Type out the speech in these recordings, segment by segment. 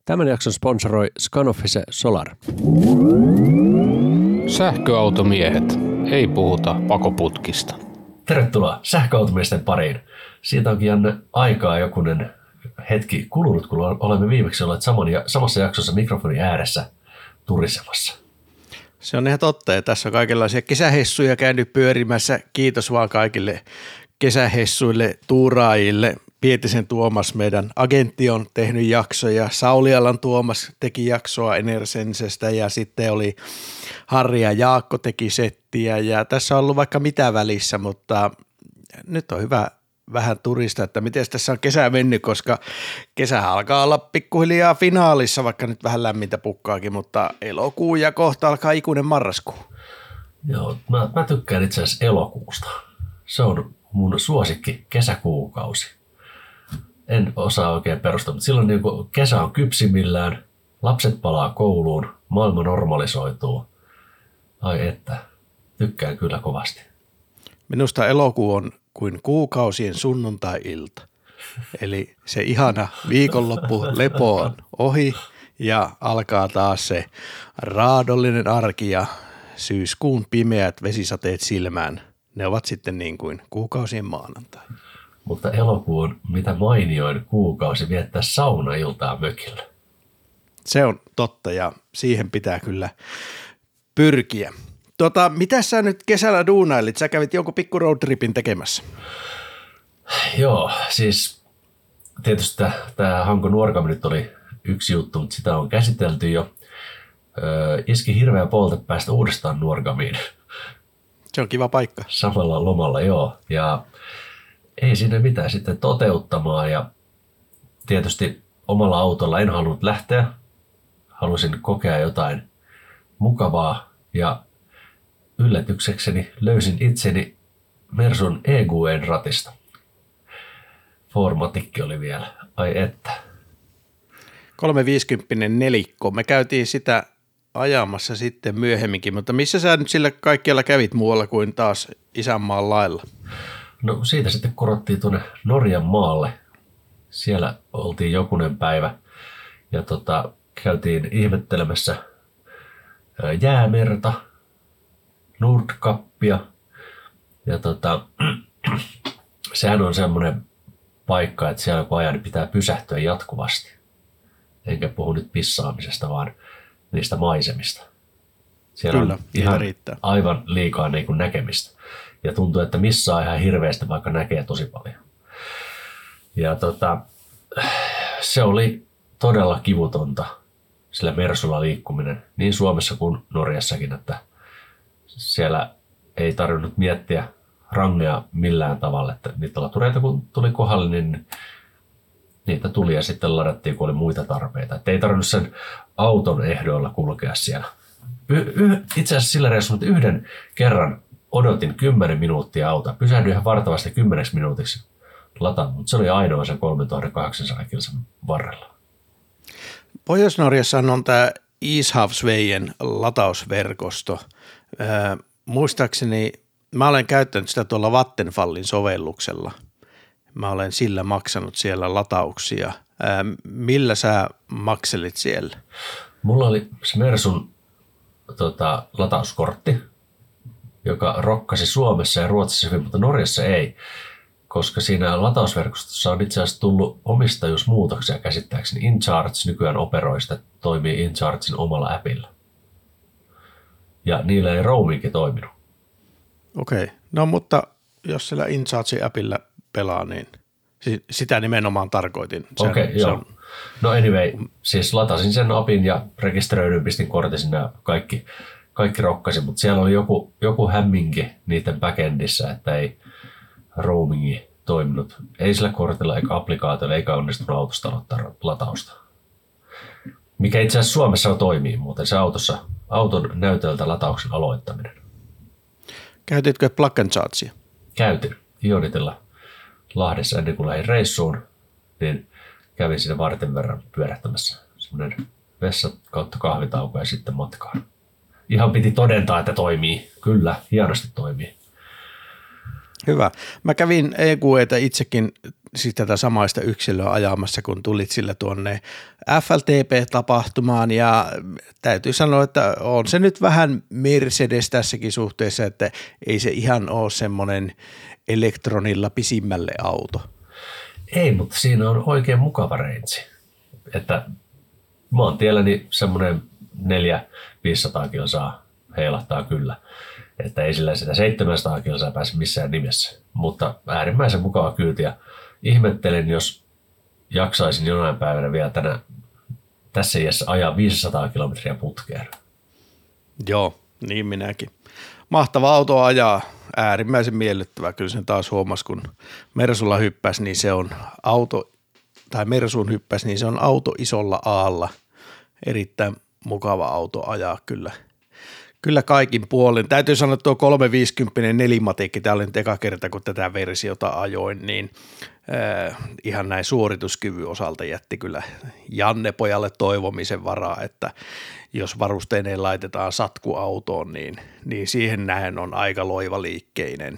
Tämän jakson sponsoroi Scanoffice Solar. Sähköautomiehet. Ei puhuta pakoputkista. Tervetuloa sähköautomiesten pariin. Siitä onkin Janne aikaa jokunen hetki kulunut, kun olemme viimeksi olleet samassa jaksossa mikrofonin ääressä turisemassa. Se on ihan totta, ja tässä on kaikenlaisia kesähessuja käynyt pyörimässä. Kiitos vaan kaikille kesähessuille, tuuraajille. Pietisen Tuomas, meidän agentti, on tehnyt jaksoja. Saulialan Tuomas teki jaksoa Enersensestä ja sitten oli Harri ja Jaakko teki settiä. Ja tässä on ollut vaikka mitä välissä, mutta nyt on hyvä vähän turista, että miten tässä on kesä mennyt, koska kesä alkaa olla pikkuhiljaa finaalissa, vaikka nyt vähän lämmintä pukkaakin, mutta elokuu ja kohta alkaa ikuinen marraskuu. Joo, mä tykkään itse asiassa elokuusta. Se on mun suosikki kesäkuukausi. En osaa oikein perustaa, mutta silloin niin kun kesä on kypsimmillään, lapset palaa kouluun, maailma normalisoituu. Ai että, tykkään kyllä kovasti. Minusta elokuu on kuin kuukausien sunnuntai-ilta. Eli se ihana viikonloppu lepo on ohi ja alkaa taas se raadollinen arki ja syyskuun pimeät vesisateet silmään. Ne ovat sitten niin kuin kuukausien maanantai. Mutta elokuu on mitä mainioin kuukausi viettää saunailtaa mökillä. Se on totta ja siihen pitää kyllä pyrkiä. Mitä sä nyt kesällä duunailit? Sä kävit jonkun pikku roadtripin tekemässä. Joo, siis tietysti tämä Hanko Nuorgami nyt oli yksi juttu, mutta sitä on käsitelty jo. Iski hirveä polte päästä uudestaan Nuorgamiin. Se on kiva paikka. Samalla lomalla, joo. Ja ei sinne mitään sitten toteuttamaan. Ja tietysti omalla autolla en halunnut lähteä. Halusin kokea jotain mukavaa ja yllätyksekseni löysin itseni Mersun EQEn ratista. Formatikki oli vielä. Ai että. 350 nelikko. Me käytiin sitä ajamassa sitten myöhemminkin, mutta missä sä nyt sillä kaikkialla kävit muualla kuin taas isänmaan lailla? No siitä sitten korottiin tuonne Norjan maalle. Siellä oltiin jokunen päivä ja käytiin ihmettelemässä jäämerta, Nordkappia ja sehän on semmoinen paikka, että siellä kun ajan niin pitää pysähtyä jatkuvasti. Enkä puhu nyt pissaamisesta, vaan niistä maisemista. Siellä kyllä, on ihan riittää. Aivan liikaa niin kuin näkemistä. Ja tuntuu, että missaa ihan hirveästi, vaikka näkee tosi paljon. Ja se oli todella kivutonta sillä Mersulla liikkuminen, niin Suomessa kuin Norjassakin, että siellä ei tarvinnut miettiä rangea millään tavalla, että niitä latureita kun tuli kohdalle, niin niitä tuli ja sitten ladattiin, kun oli muita tarpeita. Että ei tarvinnut sen auton ehdoilla kulkea siellä. Itse asiassa sillä reissulla yhden kerran odotin 10 minuuttia autoa. Pysähdyin ihan vartavasti 10 minuutiksi lataan, mutta se oli ainoa sen 3800 kilsan varrella. Pohjois-Norjassa on tämä Ishavsveien latausverkosto. Muistaakseni mä olen käyttänyt sitä tuolla Vattenfallin sovelluksella. Mä olen sillä maksanut siellä latauksia. Millä sä makselit siellä? Mulla oli se Mersun latauskortti, joka rokkasi Suomessa ja Ruotsissa hyvin, mutta Norjassa ei. Koska siinä latausverkostossa on itse asiassa tullut omistajuusmuutoksia käsittääkseni. InCharge nykyään operoi sitä, toimii InChargein omalla appilla. Ja niillä ei roamingi toiminut. Okei, no mutta jos sillä InCharge-appilla pelaa, niin sitä nimenomaan tarkoitin. Okei, joo. No anyway, siis latasin sen appin ja rekisteröidyin, pistin kortin sinne ja kaikki rokkasin, mutta siellä oli joku hämminki niiden backendissä, että ei roamingi toiminut. Ei sillä kortilla eikä applikaatiolla eikä onnistunut autosta aloittaa latausta. Mikä itse asiassa Suomessa toimii muuten, se auton näytöltä latauksen aloittaminen. Käytitkö plug and chargea? Käytin Ionitilla Lahdessa ennen kuin lähdin reissuun, niin kävin siinä vartin verran pyörähtämässä. Semmoinen vessa kautta kahvitauko ja sitten matkaan. Ihan piti todentaa, että toimii. Kyllä, hienosti toimii. Hyvä. Mä kävin EQEtä itsekin siis tätä samaista yksilöä ajamassa, kun tulit sillä tuonne FLTP-tapahtumaan ja täytyy sanoa, että on se nyt vähän Mercedes tässäkin suhteessa, että ei se ihan ole semmoinen elektronilla pisimmälle auto. Ei, mutta siinä on oikein mukava range. Että maantielläni semmoinen 400-500 kilsaa heilahtaa kyllä. Että ei sillä sitä 700 kilsaa pääse missään nimessä. Mutta äärimmäisen mukava kyyti ja ihmettelen, jos jaksaisin jonain päivänä vielä tässä iässä ajaa 500 kilometriä putkeen. Joo, niin minäkin. Mahtava auto ajaa, äärimmäisen miellyttävä. Kyllä sen taas huomasi, kun Mersulla hyppäsi, niin se on auto, tai Mersuun hyppäsi, niin se on auto isolla aalla. Erittäin mukava auto ajaa kyllä. Kyllä kaikin puolin. Täytyy sanoa, että tuo 350 nelimatikki, tämä oli nyt eka kerta, kun tätä versiota ajoin, niin ihan näin suorituskyvyn osalta jätti kyllä Janne pojalle toivomisen varaa, että jos varusteineen laitetaan satkuautoon, niin siihen nähen on aika loivaliikkeinen,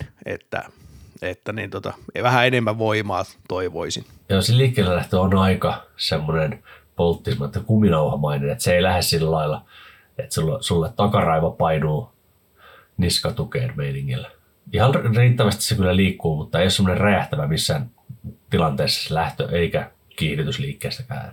että niin vähän enemmän voimaa toivoisin. Joo, se liikkeelle lähtö on aika semmoinen polttismatta kuminauhamainen, että se ei lähde sillä lailla, että sulle takaraivo painuu niskatukeen meiningillä. Ihan riittävästi se kyllä liikkuu, mutta ei ole semmoinen räjähtävä missään tilanteessa se lähtö, eikä kiihdytysliikkeestäkään.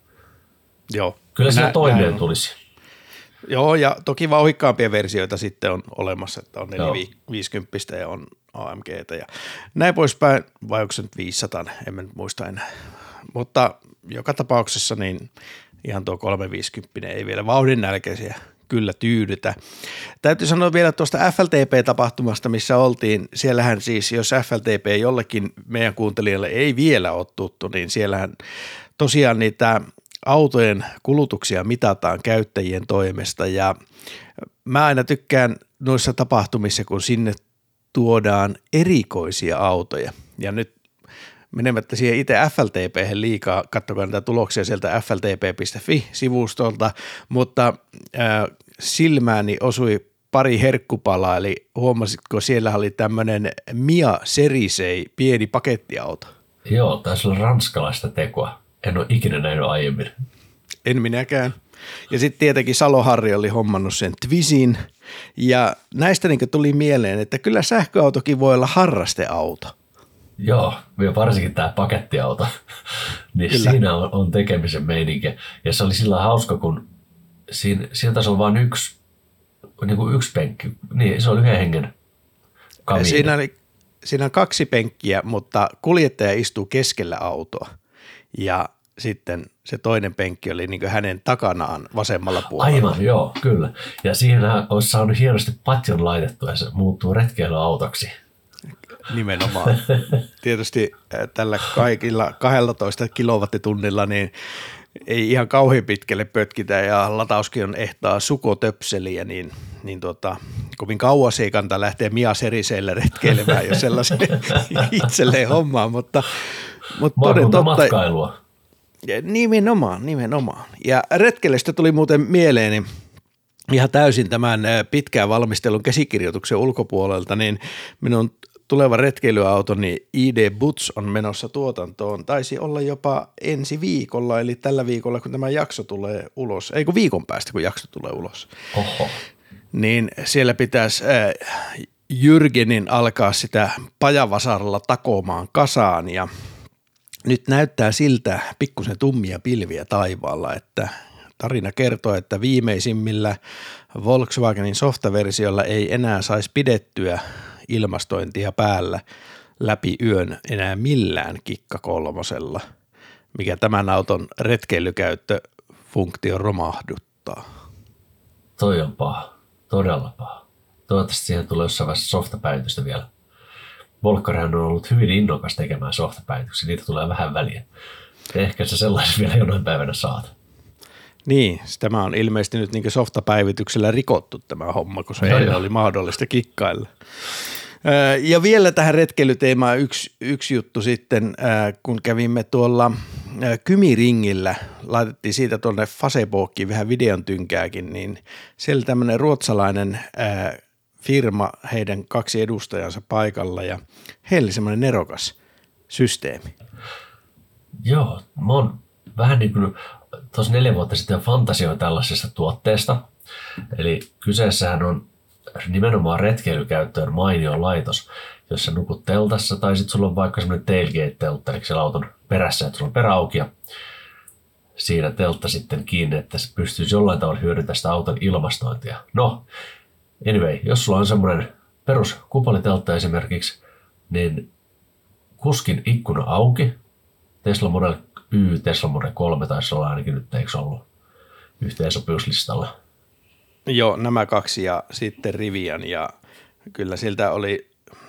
Joo. Kyllä sillä toimeen tulisi. Joo, ja toki vauhikkaampia versioita sitten on olemassa, että on 450 ja on AMGtä ja näin poispäin, vai onko se nyt 500, en nyt muista enää. Mutta joka tapauksessa niin ihan tuo 350 ei vielä vauhdin nälkäisiä kyllä tyydytä. Täytyy sanoa vielä tuosta FLTP-tapahtumasta, missä oltiin. Siellähän siis, jos FLTP jollekin meidän kuuntelijalle ei vielä ole tuttu, niin siellähän tosiaan niitä autojen kulutuksia mitataan käyttäjien toimesta ja mä aina tykkään noissa tapahtumissa, kun sinne tuodaan erikoisia autoja ja nyt menemättä siihen itse FLTP:hen liikaa, katsokaa näitä tuloksia sieltä fltp.fi-sivustolta, mutta silmääni osui pari herkkupalaa, eli huomasitko, siellä oli tämmöinen Mia Serisei pieni pakettiauto. Joo, taisi olla ranskalaista tekoa. En ole ikinä nähnyt aiemmin. En minäkään. Ja sitten tietenkin Salo-Harri oli hommannut sen Twizin, ja näistä niin tuli mieleen, että kyllä sähköautokin voi olla harrasteauto. Joo, ja varsinkin tämä pakettiauto, niin kyllä. Siinä on tekemisen meininki. Ja se oli sillä hauska, kun siinä taisi olla vain yksi penkki. Niin, se oli yhden hengen kamiini. Siinä on 2 penkkiä, mutta kuljettaja istuu keskellä autoa ja sitten se toinen penkki oli niin kuin hänen takanaan vasemmalla puolella. Aivan, joo, kyllä. Ja siihen olisi saanut hienosti patjon laitettua ja se muuttuu retkeilyautoksi. Nimenomaan. Tietysti tällä kaikilla 12 kilowattitunnilla niin ei ihan kauhean pitkälle pötkitä ja latauskin on ehtaa sukotöpseliä, niin kovin kauas ei kannata lähteä Mia Seriseillä retkeilemään, jos sellaisen itselleen hommaa, mutta toden totta. Matkailua. Nimenomaan. Ja retkeilystä tuli muuten mieleeni ihan täysin tämän pitkään valmistelun käsikirjoituksen ulkopuolelta, niin minun tuleva retkeilyautoni ID Butz on menossa tuotantoon. Taisi olla jopa ensi viikolla, eli tällä viikolla, kun tämä jakso tulee ulos. Ei kun viikon päästä, kun jakso tulee ulos. Oho. Niin siellä pitäisi Jürgenin alkaa sitä pajavasaralla takomaan kasaan. Ja nyt näyttää siltä pikkusen tummia pilviä taivaalla, että tarina kertoo, että viimeisimmillä Volkswagenin softaversiolla ei enää saisi pidettyä ilmastointia päällä läpi yön enää millään Kikka 3:lla, mikä tämän auton retkeilykäyttöfunktio romahduttaa. Toi on paha, todella paha. Toivottavasti siihen tulee jossain vaiheessa softapäivitystä vielä. Volkkarihan on ollut hyvin innokas tekemään softapäivityksiä, niitä tulee vähän väliä. Ehkä sä sellaisen vielä jonain päivänä saat. Niin, tämä on ilmeisesti nyt niin softapäivityksellä rikottu tämä homma, kun se ei oli mahdollista kikkailla. Ja vielä tähän retkeilyteemaan yksi juttu sitten, kun kävimme tuolla Kymiringillä, laitettiin siitä tuonne Facebookiin vähän videon tynkääkin, niin siellä tämmöinen ruotsalainen firma, heidän 2 edustajansa paikalla ja heillä oli semmoinen nerokas systeemi. Joo, mä oon vähän niin kuin tuossa 4 vuotta sitten fantasioin tällaisesta tuotteesta. Eli kyseessähän on nimenomaan retkeilykäyttöön mainio laitos, jossa nukut teltassa tai sitten sulla on vaikka semmoinen tailgate-teltta, eli siellä auton perässä, että sulla on perä auki ja siinä teltta sitten kiinni, että se pystyisi jollain tavalla hyödyntämään sitä auton ilmastointia. No, anyway, jos sulla on semmoinen perus kupoliteltta esimerkiksi, niin kuskin ikkuna auki, Tesla Model Y, Tesla Model 3 taisi olla ainakin nyt, eikö ollut yhteensopivuuslistalla? Joo, nämä 2 ja sitten Rivian ja kyllä siltä oli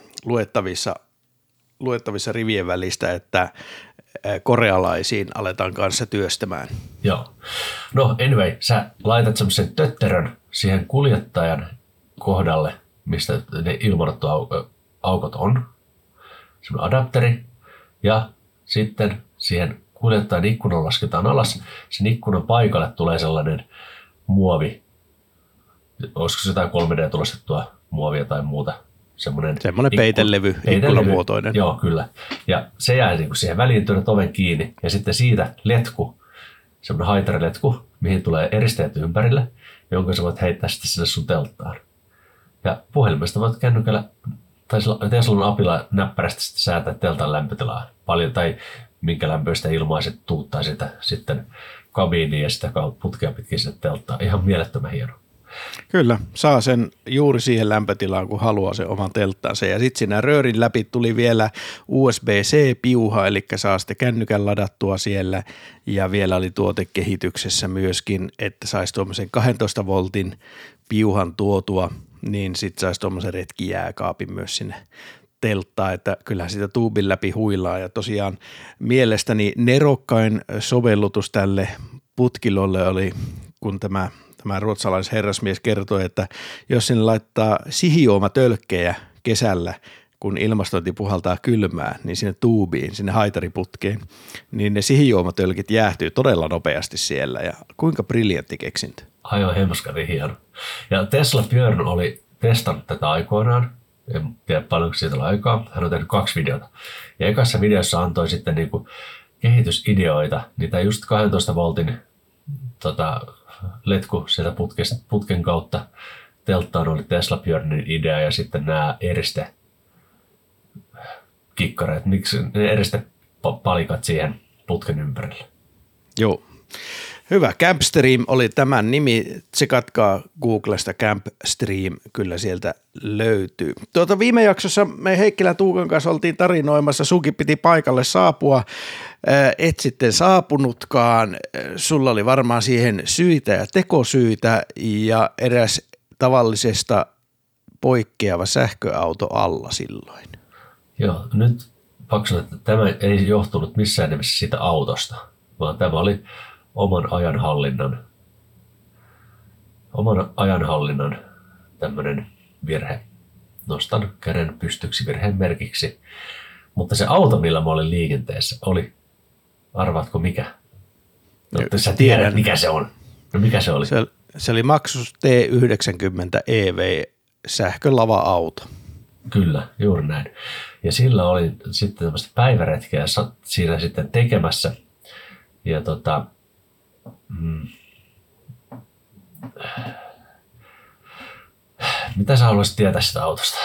luettavissa rivien välistä, että korealaisiin aletaan kanssa työstämään. Joo. No anyway, sä laitat semmoisen tötterön siihen kuljettajan kohdalle, mistä ne ilmanottoaukot on, semmoinen adapteri, ja sitten siihen kuljettajan ikkunan lasketaan alas. Sen ikkunan paikalle tulee sellainen muovi, olisiko se jotain 3D-tulostettua muovia tai muuta. Semmoinen peitelevy, ikkunamuotoinen. Joo, kyllä. Ja se jää niin kuin siihen väliin työnnät oven kiinni ja sitten siitä letku, semmoinen haitariletku, mihin tulee eristeet ympärille, jonka sä voit heittää sitten sinne sun telttaan. Ja puhelimesta voit kännykällä tai Teslan apilla näppärästi sitten säätää teltan lämpötilaa paljon tai minkä lämpöistä ilmaa se tuuttaa sitä sitten kabiiniin ja sitä putkea pitkin sinne telttaan. Ihan mielettömän hieno. Kyllä, saa sen juuri siihen lämpötilaan, kun haluaa sen oman telttaansa. Ja sitten siinä röörin läpi tuli vielä USB-C-piuha, eli saa sitten kännykän ladattua siellä. Ja vielä oli tuotekehityksessä myöskin, että saisi tuommoisen 12 voltin piuhan tuotua, niin sitten saisi tuommoisen retkijääkaapin myös sinne telttaa, että kyllähän sitä tuubin läpi huilaa. Ja tosiaan mielestäni nerokkain sovellutus tälle putkilolle oli, kun tämä ruotsalaisherrasmies kertoi, että jos sinne laittaa sihijuomatölkkejä kesällä, kun ilmastointi puhaltaa kylmää, niin sinne tuubiin, sinne haitariputkeen, niin ne sihijuomatölkit jäähtyy todella nopeasti siellä. Ja kuinka briljantti keksintö. Aivan hemskari hieno. Ja Tesla Björn oli testannut tätä aikoinaan. En tiedä paljonko siitä on aikaa. Hän on tehnyt 2 videota. Ja ekassa videossa antoi sitten niinku kehitysideoita, niitä just 12 voltin letku sieltä putken kautta telttaan oli Tesla Björnin idea ja sitten nämä eristekikkareet, miksi ne eristepalikat siihen putken ympärille. Joo. Hyvä. Campstream oli tämän nimi. Tsekatkaa Googlesta Campstream, kyllä sieltä löytyy. Viime jaksossa me Heikkilän Tuukan kanssa oltiin tarinoimassa. Sunkin piti paikalle saapua. Et sitten saapunutkaan. Sulla oli varmaan siihen syitä ja tekosyitä ja eräs tavallisesta poikkeava sähköauto alla silloin. Joo, nyt pakko sanoa, että tämä ei johtunut missään nimessä siitä autosta, vaan tämä oli oman ajanhallinnan tämmöinen virhe. Nostan käden pystyksi virheen merkiksi. Mutta se auto, millä mä olin liikenteessä, oli, arvaatko mikä? No, sä tiedät, mikä se on. No mikä se oli? Se oli Maxus T90 EV sähkölava-auto. Kyllä, juuri näin. Ja sillä oli sitten tämmöistä päiväretkeä siinä sitten tekemässä. Ja mitä sä haluaisit tietää sitä autosta?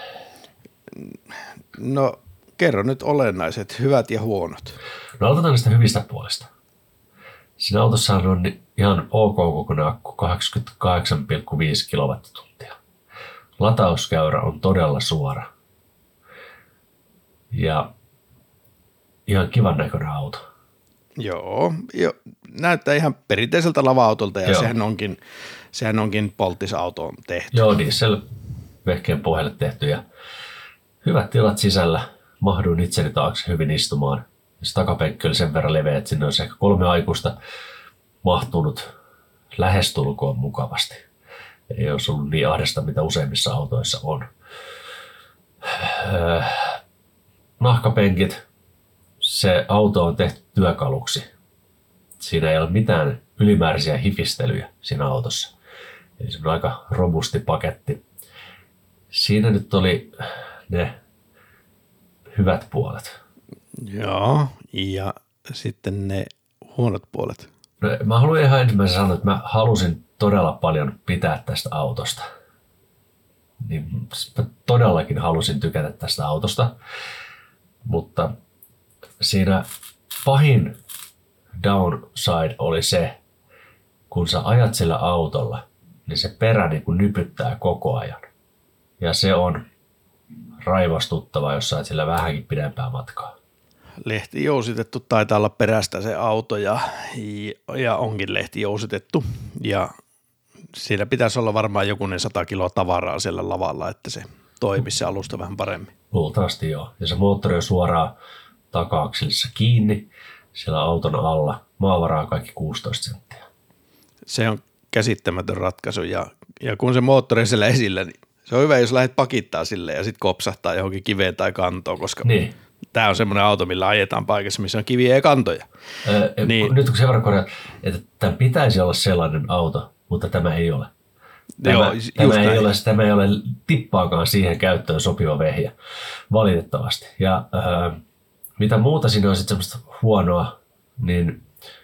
No kerro nyt olennaiset, hyvät ja huonot. No aloitetaan niistä hyvistä puolista. Siinä autossa on ihan ok kokoinen akku, 88,5 kilowattituntia. Latauskäyrä on todella suora. Ja ihan kivan näköinen auto. Joo, näyttää ihan perinteiseltä lava-autolta ja sehän onkin polttisautoon tehty. Joo, diesel-vehkeen pohjalle tehty ja hyvät tilat sisällä. Mahduin itseni taakse hyvin istumaan. Se takapenkki oli sen verran leveä, että sinne olisi ehkä 3 aikuista mahtunut lähestulkoon mukavasti. Ei olisi ollut niin ahdasta, mitä useimmissa autoissa on. Nahkapenkit. Se auto on tehty työkaluksi. Siinä ei ole mitään ylimääräisiä hifistelyjä siinä autossa. Eli se on aika robusti paketti. siinä nyt oli ne hyvät puolet. Joo, ja sitten ne huonot puolet. No, mä haluan ihan ensimmäisenä sanoa, että mä halusin todella paljon pitää tästä autosta. Niin mä todellakin halusin tykätä tästä autosta, mutta siinä pahin downside oli se, kun sä ajat sillä autolla, niin se perä niin kuin nypyttää koko ajan. Ja se on raivostuttava, jos sä ajat sillä vähänkin pidempää matkaa. Lehti jousitettu taitaa olla perästä se auto ja onkin lehti jousitettu ja siinä pitäisi olla varmaan jokunen 100 kiloa tavaraa siellä lavalla, että se toimisi se alusta vähän paremmin. Luultavasti joo. Ja se moottori on suoraan taka-akselissa kiinni siellä auton alla. Maavaraa kaikki 16 senttiä. Se on käsittämätön ratkaisu ja kun se moottori on siellä esillä, niin se on hyvä, jos lähdet pakittaa sille ja sitten kopsahtaa johonkin kiveen tai kantoon, koska niin. Tämä on semmoinen auto, millä ajetaan paikassa, missä on kiviä ja kantoja. Niin. Nyt kun sen verran korjaa, että tämän pitäisi olla sellainen auto, mutta tämä ei ole. Tämä ei ole tippaakaan siihen käyttöön sopiva vehjä, valitettavasti. Ja mitä muuta siinä on sitten semmoista huonoa, niin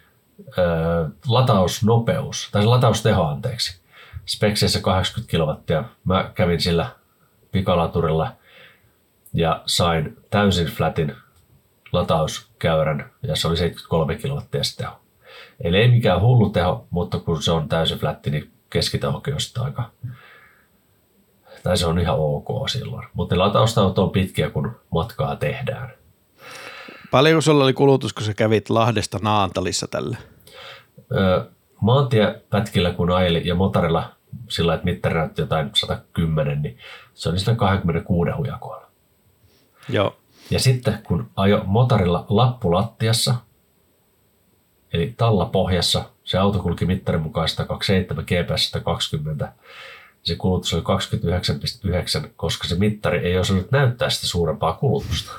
latausnopeus, tai se latausteho anteeksi. Spekseissä 80 kilowattia. Mä kävin sillä pikalaturilla ja sain täysin flatin latauskäyrän, ja se oli 73 kilowattia se teho. Eli ei mikään hullu teho, mutta kun se on täysin flatti, niin keskitehokin on sitten aika, tai se on ihan ok silloin. Mutta ne lataustauot on pitkiä, kun matkaa tehdään. Paljonko sulla oli kulutus, kun sä kävit Lahdesta Naantalissa tällä? Maantiepätkillä kun ajeli ja motorilla sillä, että mittari näytti jotain 110, niin se oli siinä 26 hujakoilla. Joo. Ja sitten kun ajo motorilla lappulattiassa, eli tallapohjassa, se auto kulki mittarin mukaan 127, GPS 120, se kulutus oli 29,9, koska se mittari ei osannut näyttää sitä suurempaa kulutusta.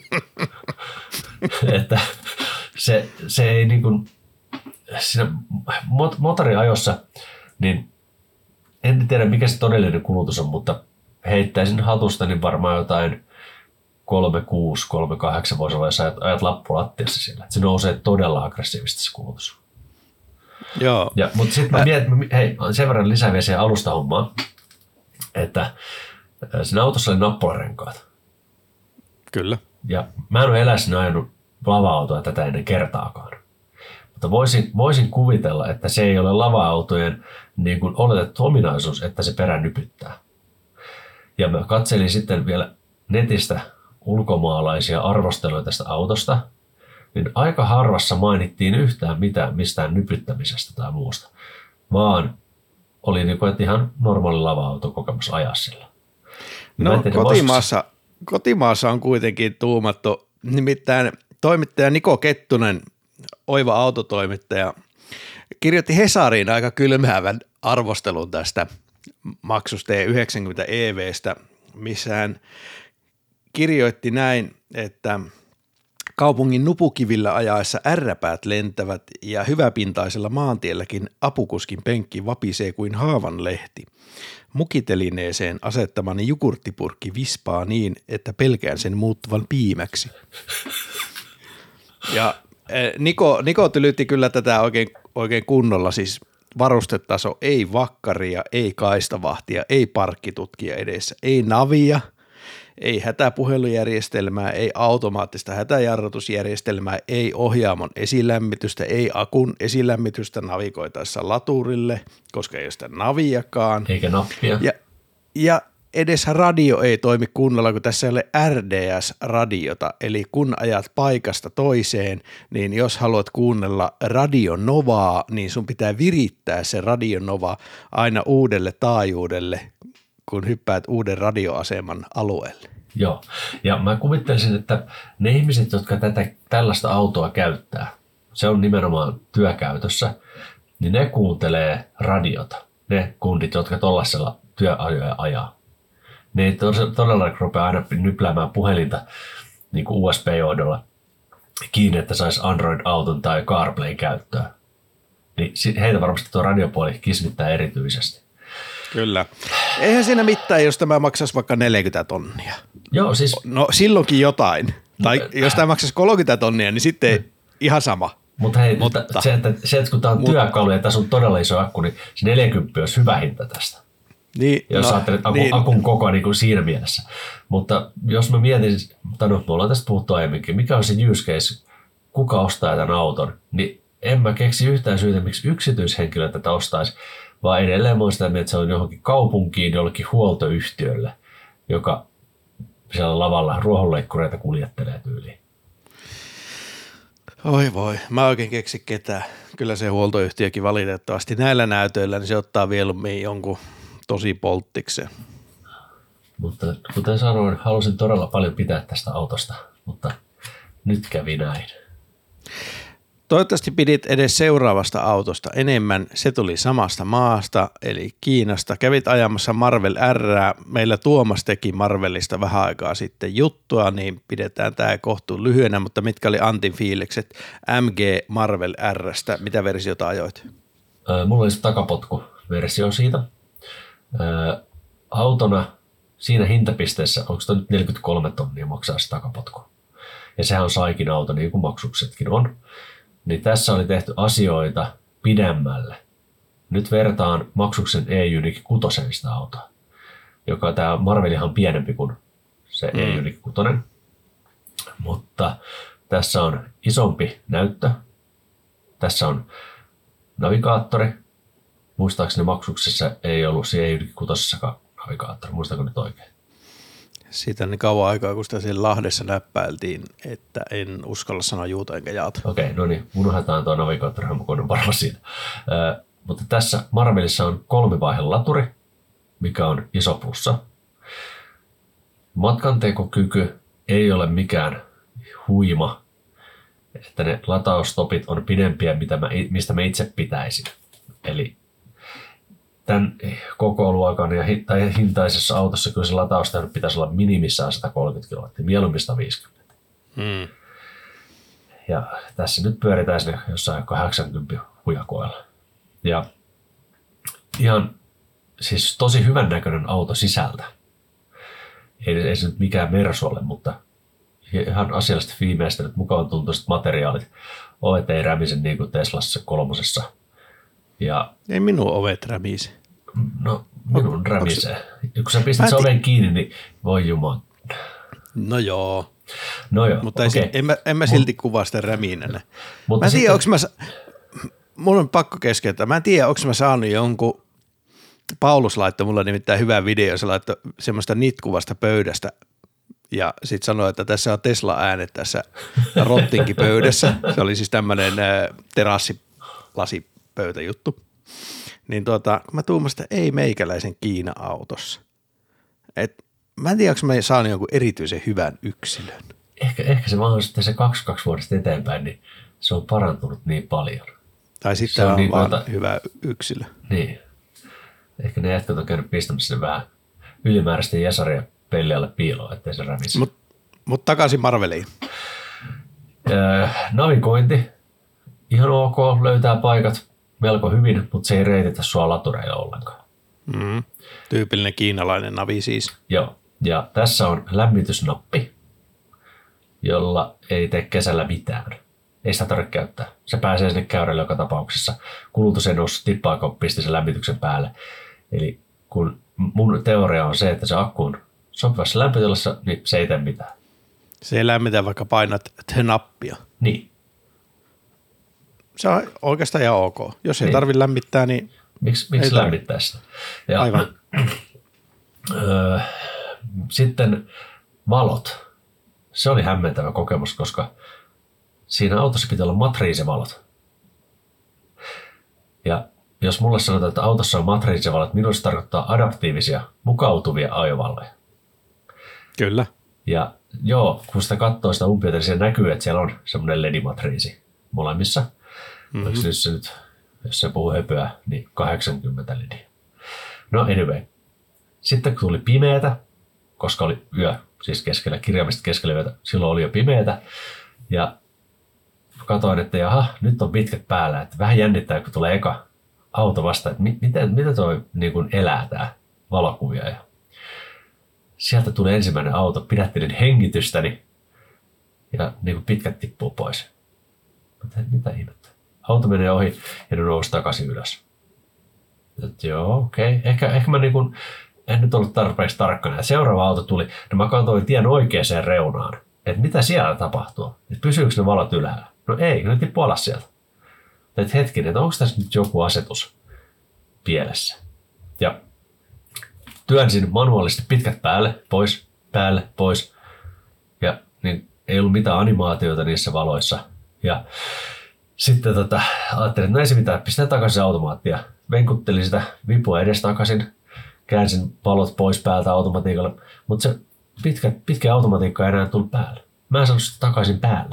Että se ei niin kuin, siinä motoriajossa, niin en tiedä mikä se todellinen kulutus on, mutta heittäisin hatusta niin varmaan jotain 3,6-3,8 voisi olla, jos ajat lappulattiassa siellä. Se nousee todella aggressiivisesti se kulutus. Joo. Mutta sitten mä mietin, hei, sen verran lisää vielä siihen alustahommaan, että siinä autossa oli nappularenkaat. Kyllä. Ja mä en ole eläissäni ajanut lava-autoa tätä ennen kertaakaan. Mutta voisin kuvitella, että se ei ole lava-autojen niin kuin oletettu ominaisuus, että se perä nypyttää. Ja mä katselin sitten vielä netistä ulkomaalaisia arvosteluja tästä autosta, niin aika harvassa mainittiin yhtään mitään mistään nypyttämisestä tai muusta, vaan oli niin kuin, että ihan normaali lava-auto kokemus ajaa sillä. No kotimaassa on kuitenkin tuumattu, nimittäin toimittaja Niko Kettunen, oiva autotoimittaja, kirjoitti Hesariin aika kylmäävän arvostelun tästä Maxus T90 EV:stä, missä hän kirjoitti näin, että kaupungin nupukivillä ajaessa ärräpäät lentävät ja hyväpintaisella maantielläkin apukuskin penkki vapisee kuin haavanlehti. Mukitelineeseen asettamani jogurttipurkki vispaa niin, että pelkään sen muuttuvan piimäksi. Ja Niko tylytti kyllä tätä oikein kunnolla, siis varustetaso ei vakkaria, ei kaistavahtia, ei parkkitutkia edessä, ei navia, ei hätäpuhelujärjestelmää, ei automaattista hätäjarrutusjärjestelmää, ei ohjaamon esilämmitystä, ei akun esilämmitystä navigoitaessa laturille, koska ei ole sitä naviakaan. Eikä nappia. Ja edes radio ei toimi kunnolla, kun tässä ei ole RDS-radiota, eli kun ajat paikasta toiseen, niin jos haluat kuunnella Radio Novaa, niin sun pitää virittää se Radio Nova aina uudelle taajuudelle, kun hyppäät uuden radioaseman alueelle. Joo, ja mä kuvittelisin, että ne ihmiset, jotka tällaista autoa käyttää, se on nimenomaan työkäytössä, niin ne kuuntelee radiota. Ne kundit, jotka tuollaisella työajoja ajaa. Ne ei todella rupea aina nypläämään puhelinta niin kuin USB-johdolla kiinni, että saisi Android-auton tai CarPlay käyttöön. Niin heitä varmasti tuo radiopuoli kismittää erityisesti. Kyllä. Eihän siinä mitään, jos tämä maksaisi vaikka 40 tonnia. Joo, siis... No silloinkin jotain. Tai jos tämä maksaisi 30 tonnia, niin sitten ihan sama. Mutta hei, se, että kun tämä on työkalu ja tässä on todella iso akku, niin se 40 olisi hyvä hinta tästä. Niin, jos ajattelet akun kokoa niin kuin siinä mielessä. Mutta jos mä mietin, tai no, me ollaan tästä puhuttu aiemminkin, mikä on se use case, kuka ostaa tämän auton, niin en mä keksi yhtään syytä, miksi yksityishenkilö tätä ostaisi, vaan edelleen mä oon sitä mieltä, että se on johonkin kaupunkiin, jollekin huoltoyhtiölle, joka siellä lavalla ruohonleikkureita kuljettelee tyyliin. Oi voi, mä oikein keksi ketään. Kyllä se huoltoyhtiökin valitettavasti näillä näytöillä, niin se ottaa vielä jonkun tosi polttikseen. Mutta kuten sanoin, halusin todella paljon pitää tästä autosta, mutta nyt kävi näin. Toivottavasti pidit edes seuraavasta autosta enemmän. Se tuli samasta maasta, eli Kiinasta. Kävit ajamassa Marvel R. Meillä Tuomas teki Marvelista vähän aikaa sitten juttua, niin pidetään tämä kohtuun lyhyenä, mutta mitkä oli Antin fiilikset MG Marvel R:stä? Mitä versiota ajoit? Mulla oli se takapotku-versio siitä. Autona siinä hintapisteessä, onko se nyt 43 tonnia maksaa se takapotku? Ja sehän on Saikin auto, niin kuin maksuksetkin on. Niin tässä oli tehty asioita pidemmälle. Nyt vertaan maksuksen E-Unique 6 sitä autoa, joka tämä Marvelihan on pienempi kuin se E-Unique 6. Mutta tässä on isompi näyttö. Tässä on navigaattori. Muistaakseni maksuksessa ei ollut se E-Unique 6 navigaattori. Muistaako nyt oikein? Siitä on niin kauan aikaa, kun sitä siellä Lahdessa näppäiltiin, että en uskalla sanoa juuta enkä jaata. Okei, no niin, unohdetaan tuo navigaattorihan, kun on varma siitä. Mutta tässä Marvelissa on 3-vaihe laturi, mikä on iso plussa. Matkantekokyky ei ole mikään huima, että ne lataustopit on pidempiä, mistä mä itse pitäisin. Eli tämän koko luokan tai hintaisessa autossa kyllä se latausta pitäisi olla minimissään 130 kW, mieluummin 150. Ja tässä nyt pyöritään sinne jossain 80 hujakoilla. Ja ihan siis tosi hyvän näköinen auto sisältä. Ei se nyt mikään Mersu ole, mutta ihan asiallisesti viimeistelyt, mukaan tuntuiset materiaalit. Ovet ei rämise niin kuin Teslassa 3. Ja ei minun ovet rämise. No, minun rämisee. Kun sä pistät oven kiinni, niin voi jumala. No joo. Mutta okay. en mä silti kuvaa sitä räminänä. Mutta mä en tiedä, mulla on pakko keskeyttää. Mä en tiedä, onko mä saanut jonkun, Paulus laittoi mulle nimittäin hyvää video, se laittoi semmoista nitkuvasta pöydästä ja sitten sanoi, että tässä on Tesla-äänet tässä rottinkipöydässä. Se oli siis tämmöinen terassilasipöytäjuttu. Niin kun mä tuumasin, että ei meikäläisen Kiina-autossa. Mä en tiedä, onko mä saanut jonkun erityisen hyvän yksilön. Ehkä se vaan sitten se 2 vuodesta eteenpäin, niin se on parantunut niin paljon. Tai sitten on niin vaan hyvä yksilö. Niin. Ehkä ne jätkät on käynyt pistämässä vähän ylimääräistä jesaria pellialle piiloon, ettei se rämisi. Mut takaisin Marveliin. Navigointi. Ihan ok, löytää paikat melko hyvin, mutta se ei reititä sua latureilla ollenkaan. Tyypillinen kiinalainen navi siis. Joo, ja tässä on lämmitysnappi, jolla ei tee kesällä mitään. Ei sitä tarvitse käyttää. Se pääsee sinne käyrälle joka tapauksessa. Kulutus ei noussut tippaakaan, kun pisti sen lämmityksen päälle. Eli kun mun teoria on se, että se akku on sopivassa lämpötilassa, niin se ei tee mitään. Se ei lämmitä, vaikka painat nappia. Niin. Se on oikeastaan ihan ok. Jos ei tarvitse lämmittää, niin Miksi lämmittää sitä? Ja, aivan. Sitten valot. Se oli hämmentävä kokemus, koska siinä autossa pitää olla matriisivalot. Ja jos mulle sanotaan, että autossa on matriisivalot, minulle se tarkoittaa adaptiivisia, mukautuvia ajovaloja. Kyllä. Ja joo, kun sitä katsoo sitä umpiota, niin siellä näkyy, että siellä on semmoinen LED-matriisi molemmissa. Onko se nyt, jos se puhuu höpöä, niin 80 LED. No anyway. Sitten kun tuli pimeätä, koska oli yö, siis kirjaimisesti keskellä yötä, silloin oli jo pimeätä. Ja katsoin, että jaha, nyt on pitkät päällä, että vähän jännittää, kun tulee eka auto vastaan, että mitä toi niin kuin elää tää valokuvia. Ja sieltä tuli ensimmäinen auto, pidättelin hengitystäni ja niin kuin pitkät tippuu pois. Mitä ihmettä? Auto menee ohi ja ne nousi takaisin ylös. Joo, okei. Ehkä mä niin kuin, en nyt ollut tarpeeksi tarkkana. Ja seuraava auto tuli, ja mä katsoin tien oikeaan reunaan, että mitä siellä tapahtuu. Että pysyykö ne valot ylhäällä? No ei, ne tippuu alas sieltä. Että hetkinen, että onko tässä nyt joku asetus pielessä? Ja työnsin manuaalisesti pitkät päälle, pois. Ja niin ei ollut mitään animaatioita niissä valoissa. Ja sitten ajattelin, että no ei se mitään, pistää takaisin se automaattia. Venkuttelin sitä vipua edestakaisin, käänsin valot pois päältä automatiikalla, mutta se pitkä automatiikka ei enää tullut päälle. Mä en saanut sitä takaisin päälle.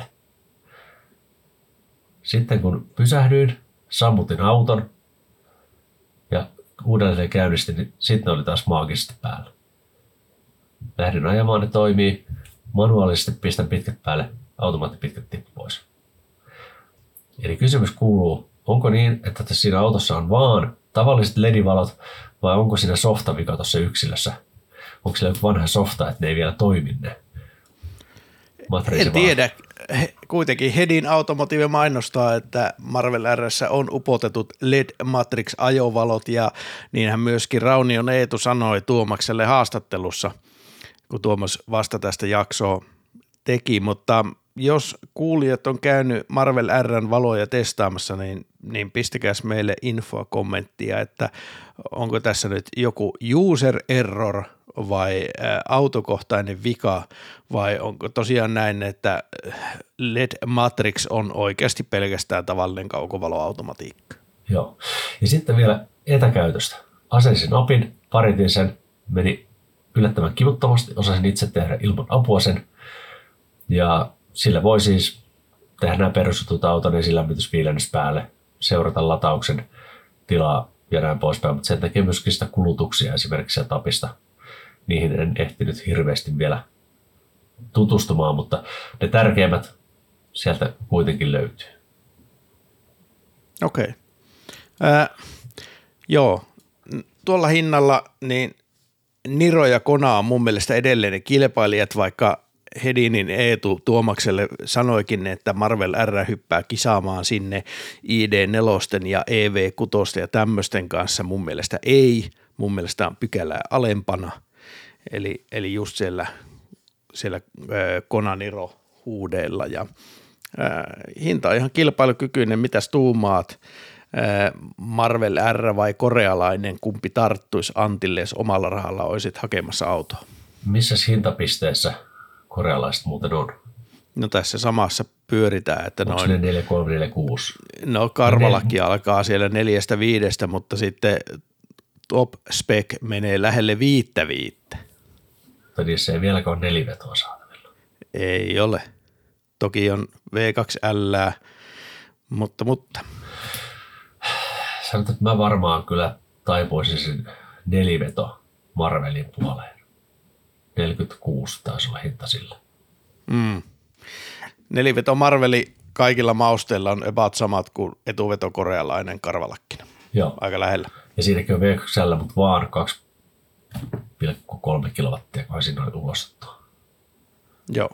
Sitten kun pysähdyin, sammutin auton ja uudelleen käynnistin, niin sitten oli taas maagisesti päällä. Lähdin ajamaan, ne toimii. Manuaalisesti pistän pitkät päälle, automaatti pitkät tippu pois. Eli kysymys kuuluu, onko niin, että siinä autossa on vaan tavalliset LED-valot vai onko siinä softavika tuossa yksilössä? Onko siellä joku vanha softa, että ne ei vielä toimi ne? En tiedä. Kuitenkin Hedin Automotive mainostaa, että Marvel R:ssä on upotetut LED Matrix ajovalot ja niinhän myöskin Raunion Eetu sanoi Tuomakselle haastattelussa, kun Tuomas vasta tästä jaksoa teki, mutta jos kuulijat on käynyt Marvel R:n valoja testaamassa, niin pistäkääs meille infoa, kommenttia, että onko tässä nyt joku user error vai autokohtainen vika vai onko tosiaan näin, että LED Matrix on oikeasti pelkästään tavallinen kaukovaloautomatiikka. Joo. Ja sitten vielä etäkäytöstä. Asensin napin, paritin sen, meni yllättävän kivuttomasti, osasin itse tehdä ilman apua sen ja sillä voi siis tehdä nämä perusjutut auton esilämmitysviilennys päälle, seurata latauksen tilaa ja näin poispäin, mutta sen tekee myöskin sitä kulutuksia esimerkiksi sieltä tapista. Niihin en ehtinyt hirveästi vielä tutustumaan, mutta ne tärkeimmät sieltä kuitenkin löytyy. Okei. Joo, tuolla hinnalla niin Niro ja Kona on mun mielestä edelleen ne kilpailijat, vaikka Hedinin Eetu Tuomakselle sanoikin, että Marvel R hyppää kisaamaan sinne ID4 ja EV6 ja tämmöisten kanssa. Mun mielestä ei. Mun mielestä on pykälää alempana. Eli just siellä Kona Niro huudeilla. Ja, hinta on ihan kilpailukykyinen. Mitäs tuumaat? Marvel R vai korealainen? Kumpi tarttuisi Antille, jos omalla rahalla olisit hakemassa autoa? Missäs hintapisteessä korealaiset muuten on? No tässä samassa pyöritään, että onko ne 4346? No karvalakki alkaa siellä 4-5, mutta sitten top spec menee lähelle 5. Tai niissä ei vieläkään ole 4-vetoa saatavilla. Ei ole. Toki on V2L, mutta. Sanotaan, että mä varmaan kyllä taipuisin sen 4-veto Marvelin puoleen. 46 taisi olla hinta sillä. 4-veto Marveli kaikilla mausteilla on about samat kuin etuveto korealainen karvalakkina. Joo. Aika lähellä. Ja siinäkin on V2L, mutta vaan 2,3 kilowattia, kun siinä oli ulosottoa. Joo.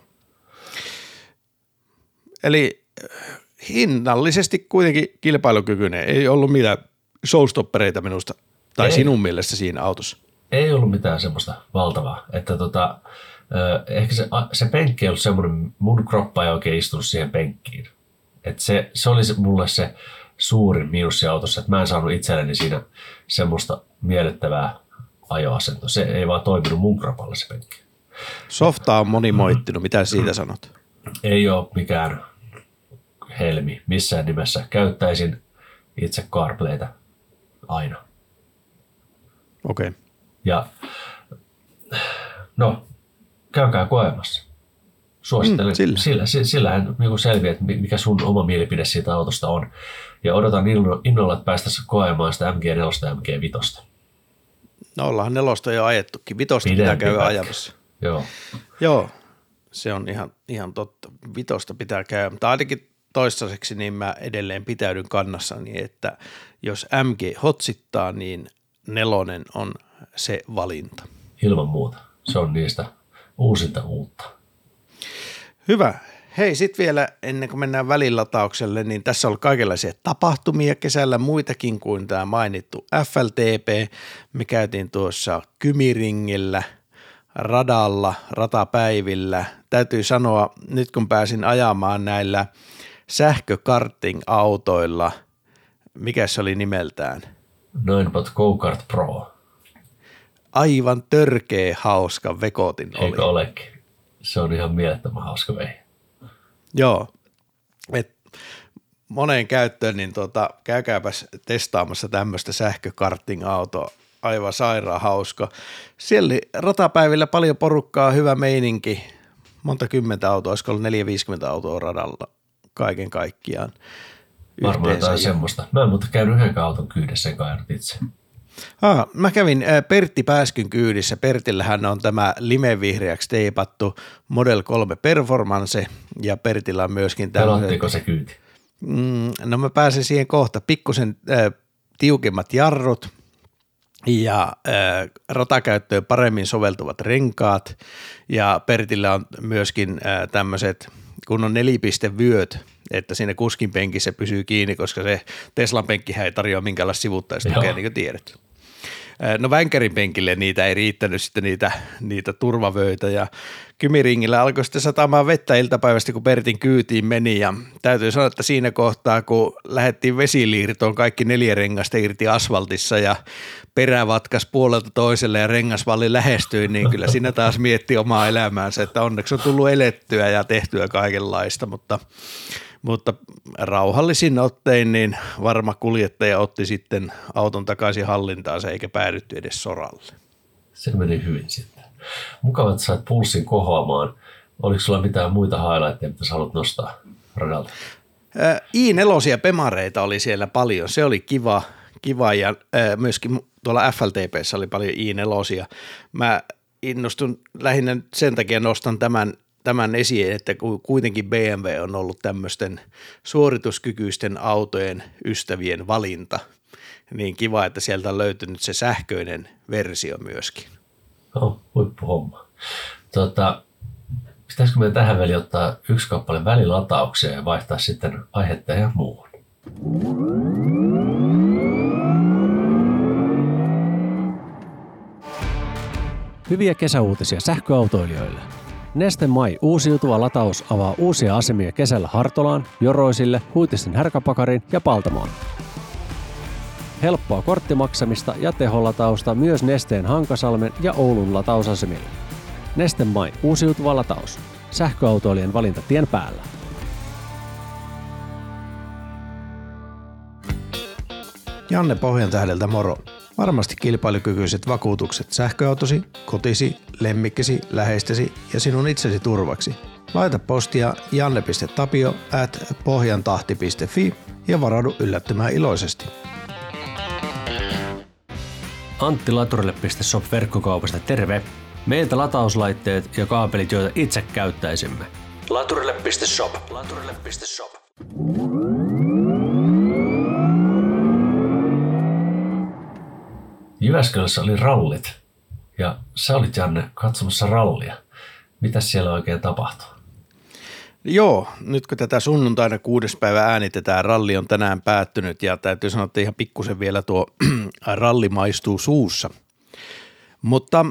Eli hinnallisesti kuitenkin kilpailukykyinen. Ei ollut mitään showstoppereita minusta, tai ei. Sinun mielestä siinä autossa. Ei ollut mitään semmoista valtavaa, että ehkä se penkki ei ollut semmoinen, mun kroppa ei oikein istunut siihen penkkiin. Että se oli mulle se suurin miinus siinä autossa, että mä en saanut itselleni siinä semmoista miellyttävää ajoasentoa. Se ei vaan toiminut mun kropalle se penkki. Softaa on moni moittinut, mitä siitä sanot? Ei ole mikään helmi missään nimessä. Käyttäisin itse CarPlaytä aina. Okei. Okay. Ja no, käykää koemassa. Suosittelen. Sillähän niin selviää, että mikä sun oma mielipide siitä autosta on. Ja odotan innolla, että päästäisiin koemaan sitä MG4 ja MG5. No ollaan 4 jo ajettukin. 5 pitää käydä ajamassa. Joo. Joo, se on ihan totta. 5 pitää käydä, mutta ainakin toistaiseksi niin mä edelleen pitäydyn kannassani, että jos MG hotsittaa, niin 4 on se valinta. Ilman muuta. Se on niistä uusinta uutta. Hyvä. Hei, sitten vielä ennen kuin mennään välilataukselle, niin tässä on kaikenlaisia tapahtumia kesällä, muitakin kuin tämä mainittu FLTP. Me käytiin tuossa Kymiringillä, radalla, ratapäivillä. Täytyy sanoa, nyt kun pääsin ajamaan näillä sähkökarting-autoilla, mikä se oli nimeltään? Ninebot Go-Kart Pro. Aivan törkeä hauska vekotin oli. Eikö olekin? Se on ihan mielettömän hauska vei. Joo, moneen käyttöön, niin käykääpäs testaamassa tämmöistä sähkökarting-autoa, aivan sairaan hauska. Siellä ratapäivillä paljon porukkaa, hyvä meininki, monta kymmentä autoa, olisiko ollut 450 autoa radalla kaiken kaikkiaan. Varmaan jotain semmoista. Mä en mutta käynyt yhdenkään auton kyydissä, enkä ajanut itse. Mä kävin Pertti Pääskyn kyydissä. Pertillähän on tämä limevihreäksi teipattu Model 3 Performance ja Pertillä on myöskin tämmöinen. Pelottiko se kyyti? No mä pääsen siihen kohta. Pikkusen tiukemmat jarrut ja ratakäyttöön paremmin soveltuvat renkaat ja Pertillä on myöskin tämmöiset, kun on 4-pistevyöt, että siinä kuskin penkissä pysyy kiinni, koska se Teslan penkkihän ei tarjoa minkäänlaista sivuuttaistukea, niin kuin tiedät. No Vänkärin penkille niitä ei riittänyt sitten niitä turvavöitä ja Kymiringillä alkoi sitten satamaan vettä iltapäivästä, kun Pertin kyytiin meni ja täytyy sanoa, että siinä kohtaa, kun lähdettiin vesiliirtoon kaikki 4 rengasta irti asfaltissa ja perä vatkas puolelta toiselle ja rengasvalli lähestyi, niin kyllä siinä taas mietti omaa elämäänsä, että onneksi on tullut elettyä ja tehtyä kaikenlaista, mutta rauhallisin ottein niin varma kuljettaja otti sitten auton takaisin hallintaansa eikä päädytty edes soralle. Se meni hyvin sitten. Mukava, että sait pulssin kohoamaan. Oliko sulla mitään muita highlightteja, mitä sä haluat nostaa radalta? i4 ja Pemareita oli siellä paljon. Se oli kiva ja myöskin tuolla FLTP:ssä oli paljon i4. Mä innostun lähinnä sen takia nostan tämän esiin, että kuitenkin BMW on ollut tämmöisten suorituskykyisten autojen ystävien valinta, niin kiva, että sieltä on löytynyt se sähköinen versio myöskin. Huippuhomma. Pitäisikö meidän tähän väliin ottaa 1 kappale välilatauksia ja vaihtaa sitten aihetta ja muuhun? Hyviä kesäuutisia sähköautoilijoille. Neste MY uusiutuva lataus avaa uusia asemia kesällä Hartolaan, Joroisille, Huitisten Härkäpakarin ja Paltamoon. Helppoa korttimaksamista ja teholatausta myös Nesteen Hankasalmen ja Oulun latausasemilla. Neste MY uusiutuva lataus. Sähköautoilijan valinta tien päällä. Janne Pohjantähdeltä moro. Varmasti kilpailukykyiset vakuutukset sähköautosi, kotisi, lemmikkisi, läheistesi ja sinun itsesi turvaksi. Laita postia janne.tapio@pohjantahti.fi ja varaudu yllättymään iloisesti. Antti Laturille.shop verkkokaupasta terve! Meiltä latauslaitteet ja kaapelit, joita itse käyttäisimme. Laturille.shop. Laturille.shop. Jyväskylässä oli rallit ja sä olit, Janne, katsomassa rallia. Mitäs siellä oikein tapahtui? Joo, nyt kun tätä sunnuntaina 6. päivä äänitetään, ralli on tänään päättynyt ja täytyy sanoa, että ihan pikkusen vielä tuo ralli maistuu suussa. Mutta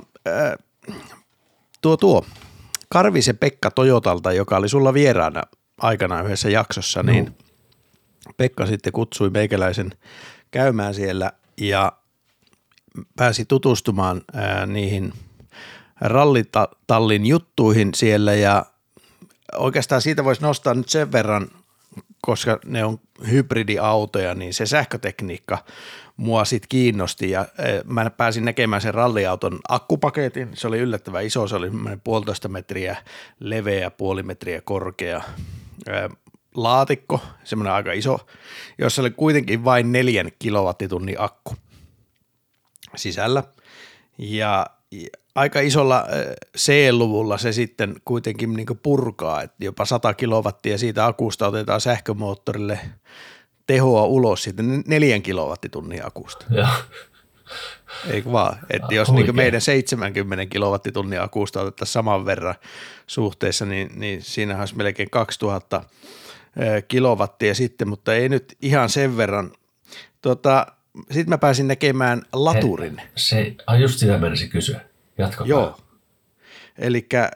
tuo Karvisen Pekka Toyotalta, joka oli sulla vieraana aikanaan yhdessä jaksossa, niin Pekka sitten kutsui meikäläisen käymään siellä ja pääsi tutustumaan niihin rallitallin juttuihin siellä ja oikeastaan siitä voisi nostaa nyt sen verran, koska ne on hybridiautoja, niin se sähkötekniikka mua sitten kiinnosti ja mä pääsin näkemään sen ralliauton akkupaketin. Se oli yllättävän iso, se oli 1,5 metriä leveä, 0,5 metriä korkea laatikko, semmoinen aika iso, jossa oli kuitenkin vain 4 kilowattitunnin akku sisällä ja aika isolla C-luvulla se sitten kuitenkin niin purkaa, että jopa 100 kilowattia siitä akusta otetaan sähkömoottorille tehoa ulos sitten 4 kilowattitunnin akusta. Joo. Eikö vaan? Että jos niin meidän 70 kilowattitunnin akusta otettaisiin saman verran suhteessa, niin siinähän olisi melkein 2000 kilowattia sitten, mutta ei nyt ihan sen verran. Sitten mä pääsin näkemään laturin. Just sitä menisin kysyä. Jatkakaa. Joo. Elikkä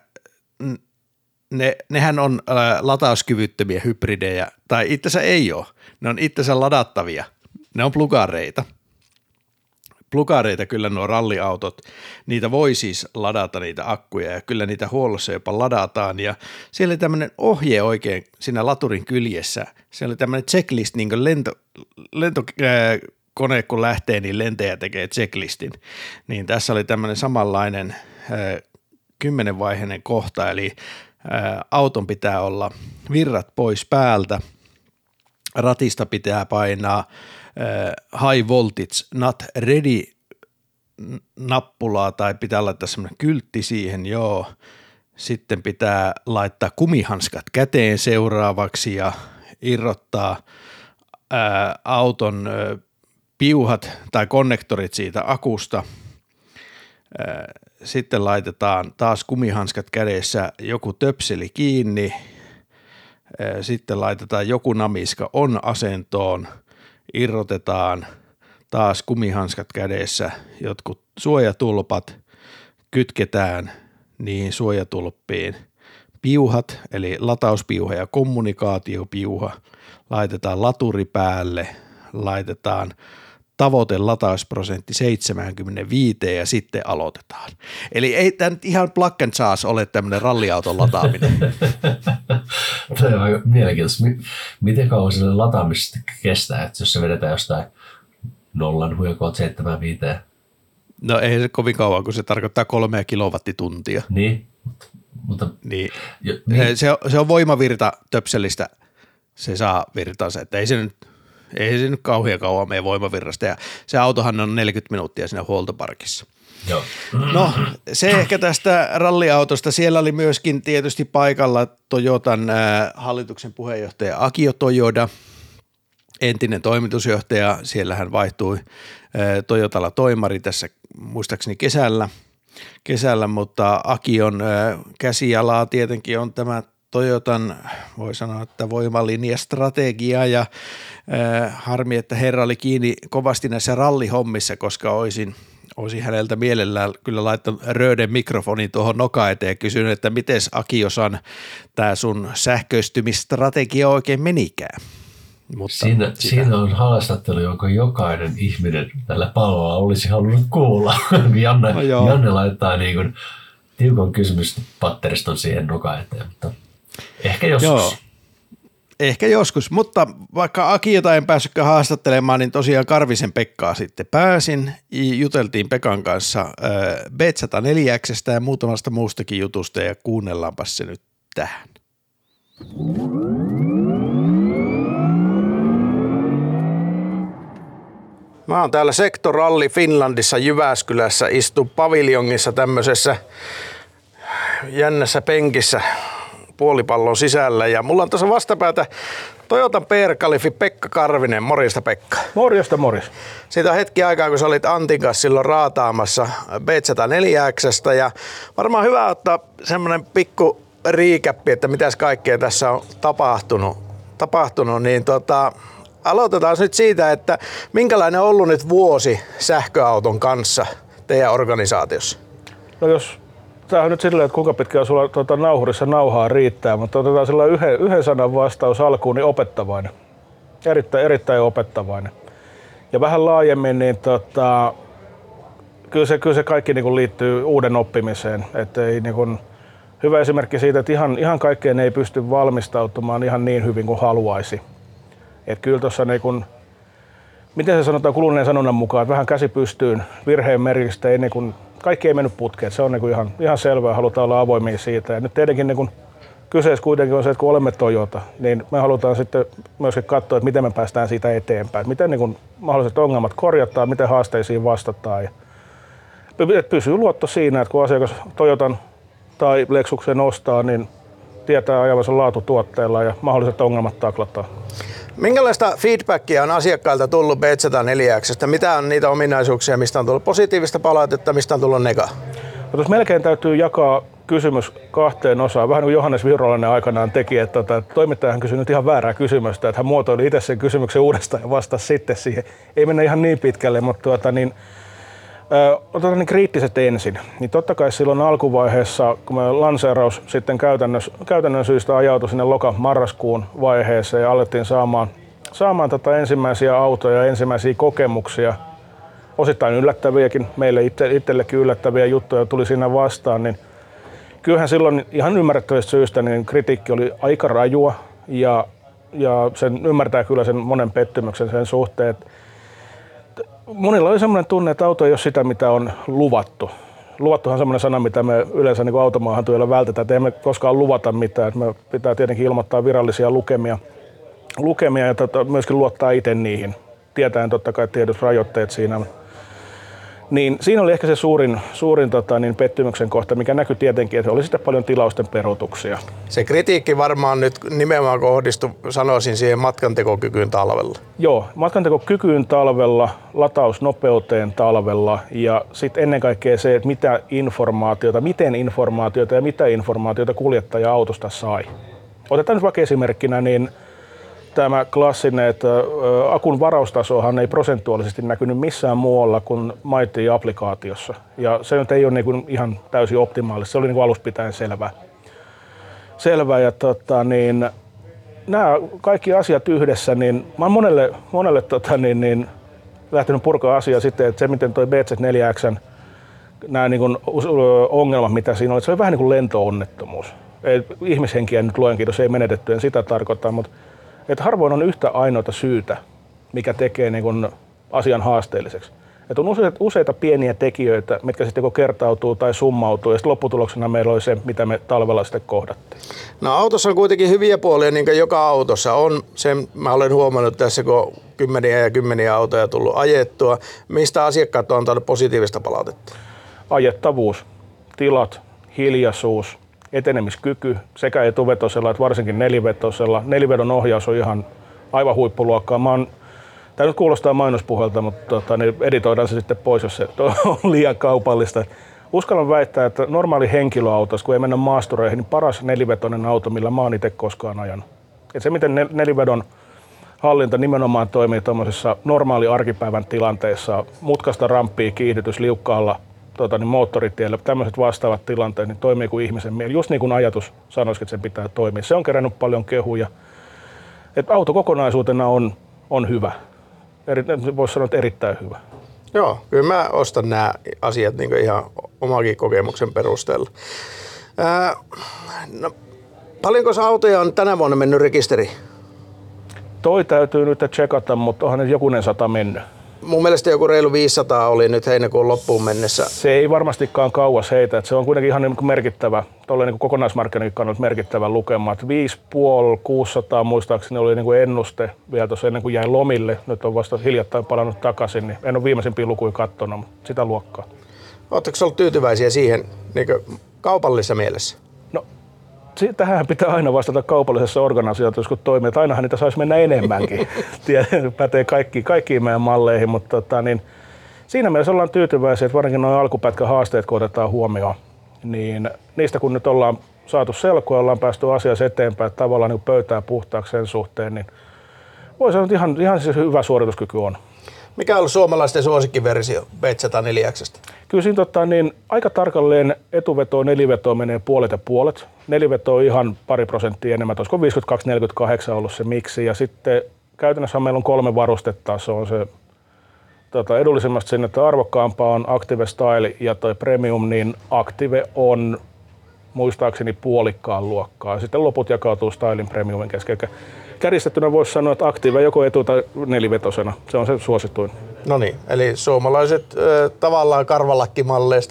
nehän on latauskyvyttömiä hybridejä, tai itse asiassa ei ole. Ne on itse asiassa ladattavia. Ne on plugareita. Plugareita kyllä nuo ralliautot. Niitä voi siis ladata niitä akkuja ja kyllä niitä huollossa jopa ladataan. Ja siellä oli tämmöinen ohje oikein siinä laturin kyljessä. Siellä oli tämmöinen checklist, niin kuin lentokone kun lähtee, niin lentäjä tekee checklistin. Niin tässä oli tämmöinen samanlainen 10-vaiheinen kohta, eli auton pitää olla virrat pois päältä, ratista pitää painaa high voltage not ready nappulaa tai pitää laittaa semmoinen kyltti siihen, joo. Sitten pitää laittaa kumihanskat käteen seuraavaksi ja irrottaa auton piuhat tai konnektorit siitä akusta. Sitten laitetaan taas kumihanskat kädessä, joku töpseli kiinni. Sitten laitetaan joku namiska on-asentoon, irrotetaan taas kumihanskat kädessä, jotkut suojatulpat, kytketään niihin suojatulppiin. Piuhat, eli latauspiuha ja kommunikaatiopiuha, laitetaan laturi päälle, laitetaan tavoite latausprosentti 75 ja sitten aloitetaan. Eli ei tämä nyt ihan plug and charge ole tämmöinen ralliauton lataaminen. Tämä on aika mielenkiintoista. Miten kauan sille lataamisesta kestää, että jos se vedetään jostain 0 huijakoot 75? No ei se kovin kauan, kun se tarkoittaa 3 kilowattituntia. Niin, mutta niin. Se on voimavirta töpselistä, se saa virtansa, että ei se nyt kauhean kauan mene voimavirrasta ja se autohan on 40 minuuttia siinä huoltoparkissa. Joo. No se ehkä tästä ralliautosta, siellä oli myöskin tietysti paikalla Toyotan hallituksen puheenjohtaja Akio Toyoda, entinen toimitusjohtaja, siellä hän vaihtui Toyotalla toimari tässä muistaakseni kesällä, mutta Akion käsialaa tietenkin on tämä Toyotan, voi sanoa, että voimalinjastrategia ja harmi, että herra oli kiinni kovasti näissä rallihommissa, koska olisin häneltä mielellään kyllä laittanut röyden mikrofonin tuohon nokaan eteen ja kysynyt, että mites Akio-san tämä sun sähköistymistrategia oikein menikään. Mutta siinä on haastattelu, jonka jokainen ihminen tällä pallolla olisi halunnut kuulla. Janne laittaa niin kuin tiukan kysymyspatteriston siihen nokaan eteen, mutta ehkä joskus. Joo, ehkä joskus, mutta vaikka Akiota en päässytkään haastattelemaan, niin tosiaan Karvisen Pekkaa sitten pääsin. Juteltiin Pekan kanssa B104X:stä ja muutamasta muustakin jutusta ja kuunnellaanpas se nyt tähän. Mä oon täällä Sector Rally Finlandissa Jyväskylässä, istun paviljongissa tämmöisessä jännässä penkissä puolipallon sisällä ja mulla on tuossa vastapäätä Toyotan PR-kalifi Pekka Karvinen. Morjesta Pekka. Morjesta morjes. Siitä on hetki aikaa, kun sä olit Antin kanssa silloin raataamassa B104X:stä ja varmaan hyvä ottaa semmoinen pikku riikäppi, että mitäs kaikkea tässä on tapahtunut niin aloitetaan nyt siitä, että minkälainen on ollut nyt vuosi sähköauton kanssa teidän organisaatiossa? No jos, tää on nyt silleen, että kuinka pitkään sulla nauhurissa nauhaa riittää, mutta otetaan sillä yhden sanan vastaus alkuun, niin opettavainen. Erittäin opettavainen. Ja vähän laajemmin, niin kyllä se kaikki niin kuin liittyy uuden oppimiseen. Että ei, niin kuin, hyvä esimerkki siitä, että ihan kaikkeen ei pysty valmistautumaan ihan niin hyvin kuin haluaisi. Että kyllä tuossa niin kun, miten se sanotaan kuluneen sanonnan mukaan, että vähän käsi pystyyn virheen merkistä, ei niin kun, kaikki ei mennyt putkeen. Se on niin kun ihan selvää, halutaan olla avoimia siitä. Ja nyt tietenkin niin kun, kyseessä kuitenkin on se, että kun olemme Toyota, niin me halutaan sitten myöskin katsoa, että miten me päästään siitä eteenpäin. Miten niin kun, mahdolliset ongelmat korjataan, miten haasteisiin vastataan. Ja pysyy luotto siinä, että kun asiakas Toyotan tai Lexuksen ostaa, niin tietää ajavansa laatutuotteella ja mahdolliset ongelmat taklataan. Minkälaista feedbackia on asiakkailta tullut BZ4X:stä? Mitä on niitä ominaisuuksia, mistä on tullut positiivista palautetta, mistä on tullut nega? Tuossa melkein täytyy jakaa kysymys kahteen osaan. Vähän niin kuin Johannes Virolainen aikanaan teki, että toimittajahan kysyi nyt ihan väärää kysymystä, että hän muotoili itse sen kysymyksen uudestaan ja vastasi sitten siihen. Ei mennä ihan niin pitkälle, mutta otetaan niin kriittiset ensin. Niin totta kai silloin alkuvaiheessa, kun me lanseeraus sitten käytännön syystä ajautui sinne loka-marraskuun vaiheeseen ja alettiin saamaan ensimmäisiä autoja, ensimmäisiä kokemuksia, osittain yllättäviäkin, meille itsellekin yllättäviä juttuja tuli siinä vastaan, niin kyllähän silloin ihan ymmärrettävistä syystä niin kritiikki oli aika rajua ja sen ymmärtää kyllä sen monen pettymyksen sen suhteen, että monilla oli semmoinen tunne, että auto ei ole sitä, mitä on luvattu. Luvattuhan on semmoinen sana, mitä me yleensä niin automaahantuojilla vältetään, että emme koskaan luvata mitään. Me pitää tietenkin ilmoittaa virallisia lukemia ja myöskin luottaa itse niihin. Tietäen totta kai tietyt rajoitteet siinä. Niin siinä oli ehkä se suurin pettymyksen kohta, mikä näkyi tietenkin, että oli sitten paljon tilausten peruutuksia. Se kritiikki varmaan nyt nimenomaan kohdistui, sanoisin, siihen matkantekokykyyn talvella. Joo, matkantekokykyyn talvella, latausnopeuteen talvella ja sitten ennen kaikkea se, että miten informaatiota kuljettaja autosta sai. Otetaan nyt vaikka esimerkkinä, niin tämä klassinen, että akun varaustasohan ei prosentuaalisesti näkynyt missään muualla kuin Mighty-applikaatiossa. Ja se nyt ei ole niin kuin ihan täysin optimaalista, se oli niin kuin alusta pitäen selvä. Ja nämä kaikki asiat yhdessä, niin mä oon monelle lähtenyt purkaa asiaa sitten, että se miten toi BZ4X, nämä niin kuin ongelmat mitä siinä oli, se oli vähän niin kuin lento-onnettomuus. Ihmishenkiä nyt luojan kiitos ei menetetty, en sitä tarkoita, mutta että harvoin on yhtä ainoata syytä, mikä tekee niin kuin asian haasteelliseksi. Että on useita pieniä tekijöitä, mitkä sitten joko kertautuu tai summautuu, ja sitten lopputuloksena meillä oli se, mitä me talvella sitten kohdattiin. No autossa on kuitenkin hyviä puolia, niin kuin joka autossa on. Sen mä olen huomannut tässä, kun on kymmeniä autoja tullut ajettua. Mistä asiakkaat on antanut positiivista palautetta? Ajettavuus, tilat, hiljaisuus, etenemiskyky sekä etuvetosella että varsinkin nelivetosella. Nelivedon ohjaus on ihan aivan huippuluokkaa. Tämä nyt kuulostaa mainospuhelta, mutta niin editoidaan se sitten pois, jos se on liian kaupallista. Uskallan väittää, että normaali henkilöautossa, kun ei mennä maastureihin, niin paras nelivetoinen auto, millä mä oon itse koskaan ajanut. Et se, miten nelivedon hallinta nimenomaan toimii tuollaisessa normaali arkipäivän tilanteessa, mutkasta ramppia, kiihdytys liukkaalla moottoritiellä, tämmöiset vastaavat tilanteet, niin toimii kuin ihmisen mieli. Just niin kuin ajatus sanoisikin, että sen pitää toimia. Se on kerännyt paljon kehuja. Et auto kokonaisuutena on hyvä. Voisi sanoa, että erittäin hyvä. Joo, kyllä mä ostan nämä asiat niin ihan omakin kokemuksen perusteella. Paljonko autoja on tänä vuonna mennyt rekisteriin? Toi täytyy nyt tsekata, mutta onhan ne jokunen 100 mennyt. Mun mielestä joku reilu 500 oli nyt heinäkuun loppuun mennessä. Se ei varmastikaan kauas heitä. Että se on kuitenkin ihan niin merkittävä, niin kokonaismarkkinoinnin kannalta merkittävä lukema. 5,5-600 muistaakseni oli niin kuin ennuste vielä tuossa ennen kuin jäi lomille. Nyt on vasta hiljattain palannut takaisin, niin en ole viimeisimpiä lukuja katsonut, mutta sitä luokkaa. Oletteko olleet tyytyväisiä siihen niin kaupallisessa mielessä? No, tähän pitää aina vastata kaupallisessa organisaatiossa, kun toimii, että ainahan niitä saisi mennä enemmänkin. Pätee kaikkiin meidän malleihin, mutta siinä mielessä ollaan tyytyväisiä, että varsinkin nuo alkupätkän haasteet, kun otetaan huomioon, niin niistä kun nyt ollaan saatu selkoa, ollaan päästy asiassa eteenpäin, että tavallaan niin pöytää puhtaaksi sen suhteen, niin voi sanoa, että ihan siis hyvä suorituskyky on. Mikä on ollut suomalaisten suosikkiversio BZ4X:stä? Kyllä siinä aika tarkalleen etuvetoa, nelivetoa menee puolet ja puolet. Neliveto on ihan pari prosenttia enemmän, olisiko 52-48 ollut se miksi. Ja sitten käytännössä meillä on 3 varustetta. Se on se edullisimmasta sinne, että arvokkaampaa on Active Style ja toi Premium, niin Active on muistaakseni puolikkaan luokkaa. Sitten loput jakautuu Stylin Premiumin kesken. Kärjistettynä voisi sanoa, että Active joko etu- tai nelivetosena. Se on se suosituin. No niin, eli suomalaiset tavallaan karvalakkimalleista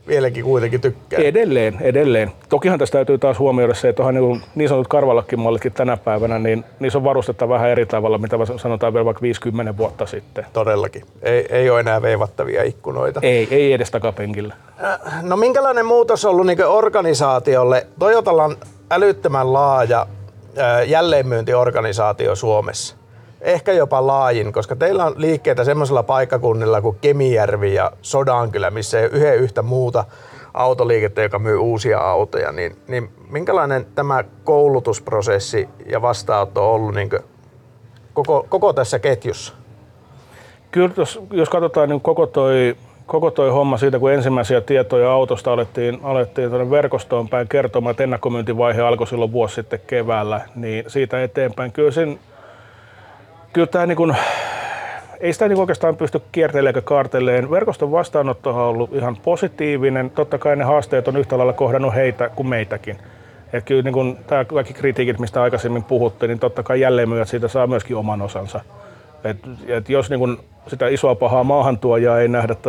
vieläkin kuitenkin tykkää. Edelleen. Tokihan tässä täytyy taas huomioida se, että onhan niin sanotut karvalakkimallit tänä päivänä, niin niissä on varustetta vähän eri tavalla, mitä sanotaan vielä vaikka 50 vuotta sitten. Todellakin. Ei ole enää veivattavia ikkunoita. Ei edes takapenkillä. No minkälainen muutos on ollut niin organisaatiolle? Toyotalla on älyttömän laaja jälleenmyyntiorganisaatio Suomessa. Ehkä jopa laajin, koska teillä on liikkeitä semmoisella paikkakunnilla kuin Kemijärvi ja Sodankylä, missä ei ole yhtä muuta autoliikettä, joka myy uusia autoja. Niin minkälainen tämä koulutusprosessi ja vastaanotto on ollut niin koko tässä ketjussa? Kyllä, jos katsotaan niin koko toi homma siitä, kun ensimmäisiä tietoja autosta alettiin tuonne verkostoon päin kertomaan, että ennakkomyyntivaihe alkoi silloin vuosi sitten keväällä, niin siitä eteenpäin kyllä tämä niin kuin, ei sitä niin oikeastaan pysty kiertelemään eikä kaarteleen. Verkoston vastaanotto on ollut ihan positiivinen. Totta kai ne haasteet on yhtä lailla kohdannut heitä kuin meitäkin. Et kyllä niin kuin tämä kaikki kritiikit, mistä aikaisemmin puhuttiin, niin totta kai jälleenmyyjät siitä saa myöskin oman osansa. Et jos niin kuin sitä isoa pahaa maahantuojaa ei nähdä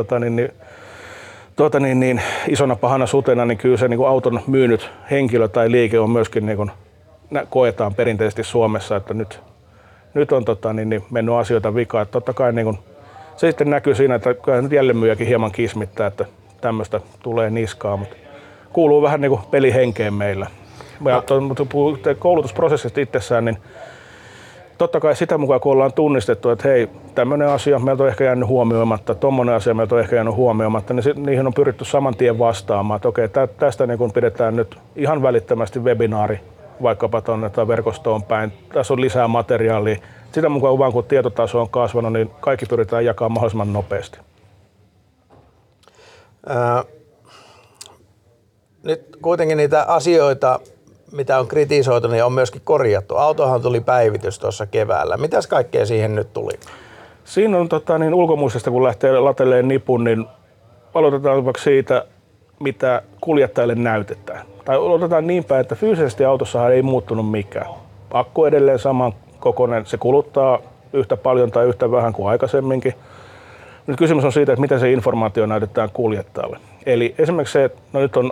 isona pahana sutena, niin kyllä se niin kuin auton myynyt henkilö tai liike on myöskin niin kuin koetaan perinteisesti Suomessa, että nyt on mennyt asioita vikaan. Totta kai niin kun, se sitten näkyy siinä, että nyt jälleenmyyjäkin hieman kismittää, että tämmöistä tulee niskaa, mutta kuuluu vähän niin kuin pelihenkeen meillä. Ja koulutusprosessista itsessään, niin totta kai sitä mukaan, kun ollaan tunnistettu, että hei, tämmöinen asia meiltä on ehkä jäänyt huomioimatta, tommoinen asia meiltä on ehkä jäänyt huomioimatta, niin niihin on pyritty saman tien vastaamaan, että okei, tästä niin kun pidetään nyt ihan välittömästi webinaari, vaikkapa tuonne verkostoon päin. Tässä on lisää materiaalia. Sitä mukaan vaan kun tietotaso on kasvanut, niin kaikki pyritään jakamaan mahdollisimman nopeasti. Nyt kuitenkin niitä asioita, mitä on kritisoitu, niin on myöskin korjattu. Autohan tuli päivitys tuossa keväällä. Mitäs kaikkea siihen nyt tuli? Siinä on ulkomuistista, kun lähtee latelleen nipun, niin aloitetaan vaikka siitä, mitä kuljettajalle näytetään. Tai otetaan niin päin, että fyysisesti autossahan ei muuttunut mikään. Akku edelleen saman kokoinen, se kuluttaa yhtä paljon tai yhtä vähän kuin aikaisemminkin. Nyt kysymys on siitä, että miten se informaatio näytetään kuljettajalle. Eli esimerkiksi se, että nyt on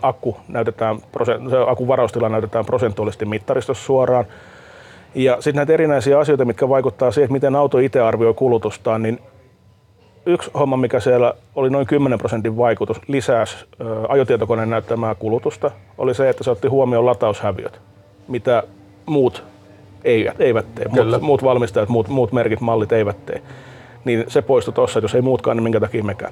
akun varaustila näytetään prosentuaalisesti mittaristossa suoraan. Ja sitten näitä erinäisiä asioita, mitkä vaikuttaa siihen, että miten auto itse arvioi kulutustaan, niin yksi homma, mikä siellä oli noin 10% vaikutus, lisäsi ajotietokoneen näyttämää kulutusta, oli se, että se otti huomioon lataushäviöt, mitä muut eivät tee. Muut valmistajat, muut merkit, mallit eivät tee. Niin se poistui tuossa, että jos ei muutkaan, niin minkä takia mekään.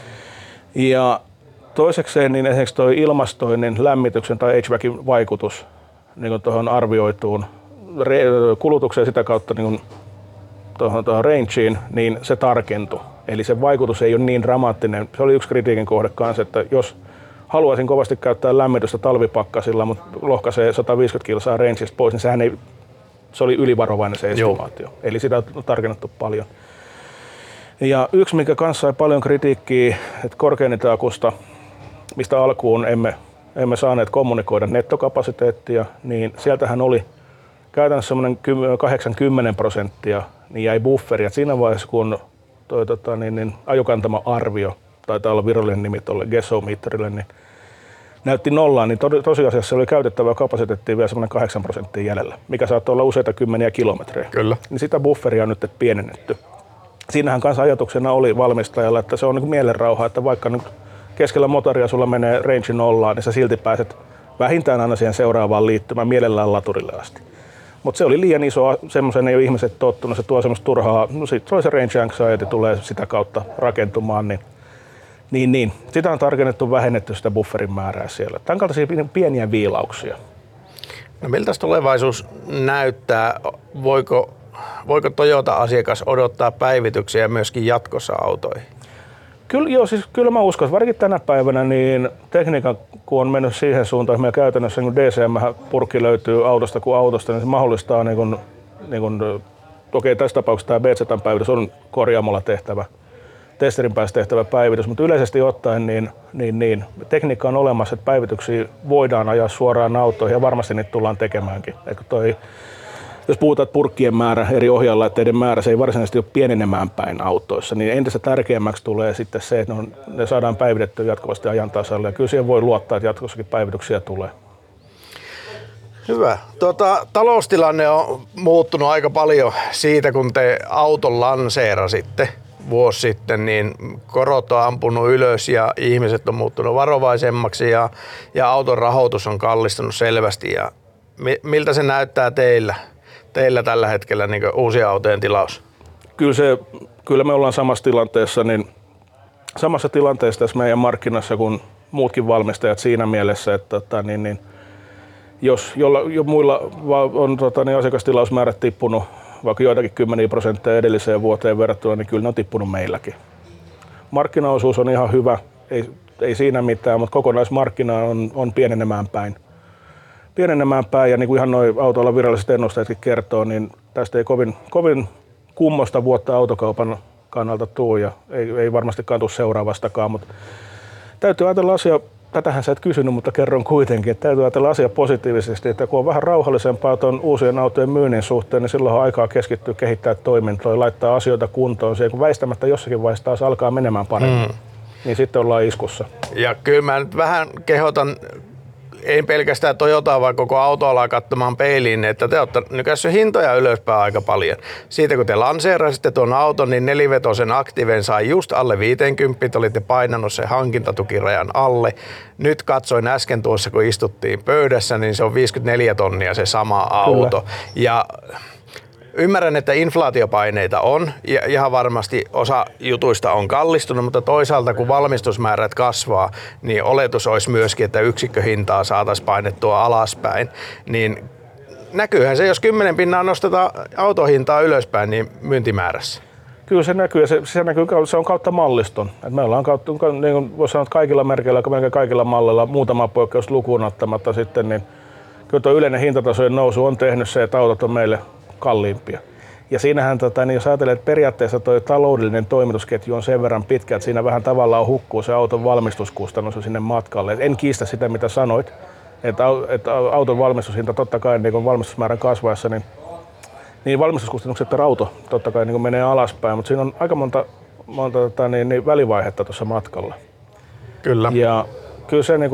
Ja toisekseen niin esimerkiksi tuo ilmastoinnin, lämmityksen tai HVACin vaikutus niin tuohon arvioituun kulutukseen sitä kautta niin tuohon rangeen, niin se tarkentui. Eli se vaikutus ei ole niin dramaattinen. Se oli yksi kritiikin kohde kanssa, että jos haluaisin kovasti käyttää lämmitystä talvipakkasilla, mutta lohkaisee 150 kilsaa rangeista pois, niin se oli ylivarovainen se estimaatio. Joo. Eli sitä on tarkennettu paljon. Ja yksi, mikä kanssa sai paljon kritiikkiä, että korkeanitakusta, mistä alkuun emme saaneet kommunikoida nettokapasiteettia, niin sieltähän oli käytännössä semmoinen 80%, niin jäi bufferia. Siinä vaiheessa, kun ajokantama arvio, taitaa olla virallinen nimi tuolle Gesso-mittarille, niin näytti nollaan, niin tosiasiassa oli käytettävää kapasiteettia vielä semmoinen 8% jäljellä, mikä saattoi olla useita kymmeniä kilometrejä. Kyllä. Niin sitä bufferia on nyt pienennetty. Siinähän kanssa ajatuksena oli valmistajalla, että se on niin mielenrauha, että vaikka nyt keskellä motoria sulla menee range nollaan, niin sä silti pääset vähintään aina siihen seuraavaan liittymään mielellään laturille asti. Mutta se oli liian iso, semmoisen ei ole ihmiset tottunut, se tuo semmoista turhaa, no sitten se range anxiety tulee sitä kautta rakentumaan, niin. Sitä on tarkennettu, vähennetty sitä bufferin määrää siellä. Tämän kaltaisia pieniä viilauksia. No miltä tulevaisuus näyttää? Voiko Toyota-asiakas odottaa päivityksiä myöskin jatkossa autoihin? Kyllä mä uskon, että varsinkin tänä päivänä niin tekniikka, kun on mennyt siihen suuntaan, että meillä käytännössä niin DCM-purkki löytyy autosta kuin autosta, niin se mahdollistaa, okei, tässä tapauksessa tämä BZ-päivitys on korjaamolla tehtävä, testerin päässä tehtävä päivitys, mutta yleisesti ottaen niin tekniikka on olemassa, että päivityksiä voidaan ajaa suoraan autoihin ja varmasti niitä tullaan tekemäänkin. jos puhutaan, että purkkien määrä, eri ohjaanlaitteiden määrä, se ei varsinaisesti ole pienenemään päin autoissa, niin entistä tärkeämmäksi tulee sitten se, että ne saadaan päivitettyä jatkuvasti ajan tasalle. Ja kyllä siihen voi luottaa, että jatkossakin päivityksiä tulee. Hyvä. Taloustilanne on muuttunut aika paljon siitä, kun te auton lanseerasitte vuosi sitten, niin korot on ampunut ylös ja ihmiset on muuttunut varovaisemmaksi ja auton rahoitus on kallistunut selvästi. Ja miltä se näyttää teillä tällä hetkellä niin uusien autojen tilaus? Kyllä me ollaan samassa tilanteessa tässä meidän markkinassa kuin muutkin valmistajat siinä mielessä, että jos muilla on asiakastilausmäärät tippunut vaikka joitakin 10% edelliseen vuoteen verrattuna, niin kyllä ne on tippunut meilläkin. Markkinaosuus on ihan hyvä, ei siinä mitään, mutta kokonaismarkkina on pienenemään päin. Ja niin kuin ihan nuo autoilla viralliset ennusteetkin kertoo, niin tästä ei kovin kummosta vuotta autokaupan kannalta tule ja ei varmastikaan tule seuraavastakaan, mutta täytyy ajatella asiaa. Tätähän sä et kysynyt, mutta kerron kuitenkin, että täytyy ajatella asia positiivisesti, että kun on vähän rauhallisempaa tuon uusien autojen myynnin suhteen, niin silloin on aikaa keskittyä kehittää toimintoja, laittaa asioita kuntoon. Se kun väistämättä jossakin vaiheessa taas alkaa menemään paremmin, niin sitten ollaan iskussa. Ja kyllä mä nyt vähän kehotan, ei pelkästään Toyotaa, vaan koko autoalaa katsomaan peiliin, että te olette nykässyt hintoja ylöspäin aika paljon. Siitä kun te lanseerasitte tuon auton, niin nelivetosen Activen sai just alle 50, te olitte painanut sen hankintatukirajan alle. Nyt katsoin äsken tuossa, kun istuttiin pöydässä, niin se on 54 tonnia se sama auto. Kyllä. Ja ymmärrän, että inflaatiopaineita on ja ihan varmasti osa jutuista on kallistunut, mutta toisaalta kun valmistusmäärät kasvaa, niin oletus olisi myöskin, että yksikköhintaa saataisiin painettua alaspäin. Niin näkyyhän se, jos 10 pinnaa nostetaan autohintaa ylöspäin, niin myyntimäärässä. Kyllä se näkyy ja se on kautta malliston. Et meillä on kautta, niin kuin voisi sanoa, kaikilla merkeillä, melkein kaikilla malleilla, muutama poikkeus lukuun ottamatta sitten, niin kyllä tuo yleinen hintatasojen nousu on tehnyt se, että autot on meille kalliimpia. Ja siinähän, niin jos ajatellaan, että periaatteessa tuo taloudellinen toimitusketju on sen verran pitkä, että siinä vähän tavallaan hukkuu se auton valmistuskustannus sinne matkalle. Et en kiistä sitä, mitä sanoit, että auton valmistushinta totta kai niin valmistusmäärän kasvaessa, niin valmistuskustannukset per auto totta kai niin menee alaspäin, mutta siinä on aika monta välivaihetta tuossa matkalla. Kyllä. Ja kyllä se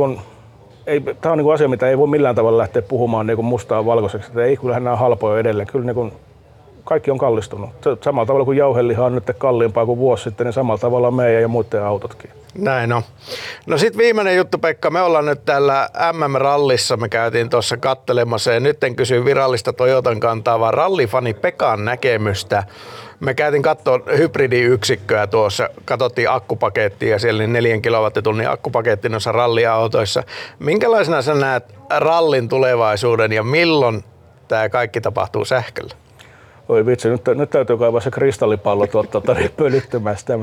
tämä on asia, mitä ei voi millään tavalla lähteä puhumaan mustaa valkoiseksi. Että ei, kyllähän nämä halpoja edelleen. Kyllä kaikki on kallistunut. Samalla tavalla kuin jauheliha on nyt kalliimpaa kuin vuosi sitten, niin samalla tavalla meidän ja muiden autotkin. Näin on. No sitten viimeinen juttu, Pekka. Me ollaan nyt täällä MM-rallissa. Me käytiin tuossa kattelemassa ja nyt en kysy virallista Toyotan kantaa, vaan rallifani Pekan näkemystä. Me käytiin katsoa hybridiyksikköä tuossa, katsottiin akkupakettia ja siellä 4 kilowattitunnin akkupaketti noissa ralliautoissa. Minkälaisena sä näet rallin tulevaisuuden ja milloin tämä kaikki tapahtuu sähköllä? Oi vitsi, nyt täytyy kaivaa se kristallipallo tuolta pölyttymästä.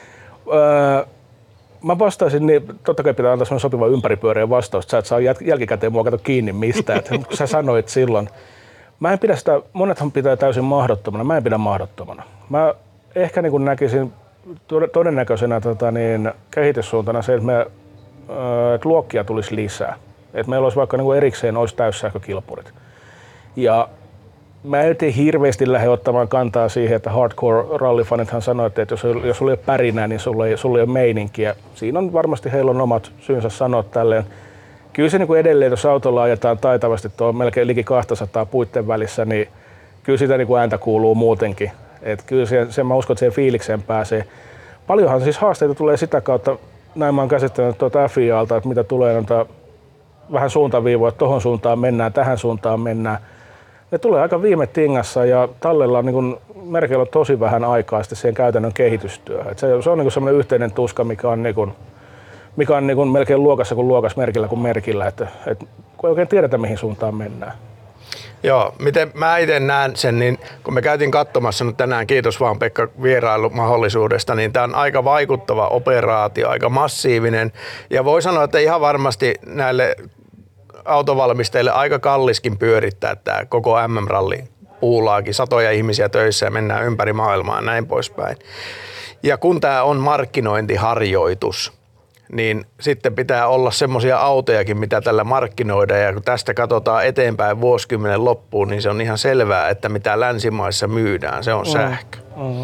Mä vastaisin, niin totta kai pitää antaa sellainen sopiva ympäripyöreä vastaus, että sä et saa jälkikäteen mua kiinni mistään, kun sä sanoit silloin. Mä en pidä sitä, monethan pitää täysin mahdottomana, mä en pidä mahdottomana. Mä ehkä niin näkisin todennäköisenä kehityssuuntana se, että luokkia tulisi lisää. Että meillä olisi vaikka erikseen olisi täyssähkökilpurit. Ja mä en hirveästi lähde ottamaan kantaa siihen, että hardcore-rallifanithan sanoi, että jos sulla ei ole pärinää, niin sulla ei ole meininkiä. Siinä on varmasti heillä on omat syynsä sanoa tälleen. Kyllä se edelleen, jos autolla ajetaan taitavasti tuo melkein liki 200 puitten välissä, niin kyllä sitä ääntä kuuluu muutenkin. Et kyllä mä uskon, että siihen fiilikseen pääsee. Paljonhan siis haasteita tulee sitä kautta, näin mä oon käsittänyt tuota FIAlta, että mitä tulee vähän suuntaviivoja, että tohon suuntaan mennään, tähän suuntaan mennään. Ne tulee aika viime tingassa ja tallella on merkeillä on tosi vähän aikaa sitten siihen käytännön kehitystyöhön. Et se on semmoinen yhteinen tuska, mikä on melkein luokassa kuin luokas, merkillä kuin merkillä, että kun ei oikein tiedetä mihin suuntaan mennään. Joo, miten mä itse näen sen, niin kun me käytiin katsomassa nyt tänään, kiitos vaan Pekka vierailumahdollisuudesta, niin tämä on aika vaikuttava operaatio, aika massiivinen ja voi sanoa, että ihan varmasti näille autovalmistajille aika kalliskin pyörittää tämä koko MM-ralli puulaakin, satoja ihmisiä töissä ja mennään ympäri maailmaa ja näin poispäin. Ja kun tämä on markkinointiharjoitus, niin sitten pitää olla semmoisia autojakin, mitä tällä markkinoidaan. Ja kun tästä katsotaan eteenpäin vuosikymmenen loppuun, niin se on ihan selvää, että mitä länsimaissa myydään, se on sähkö.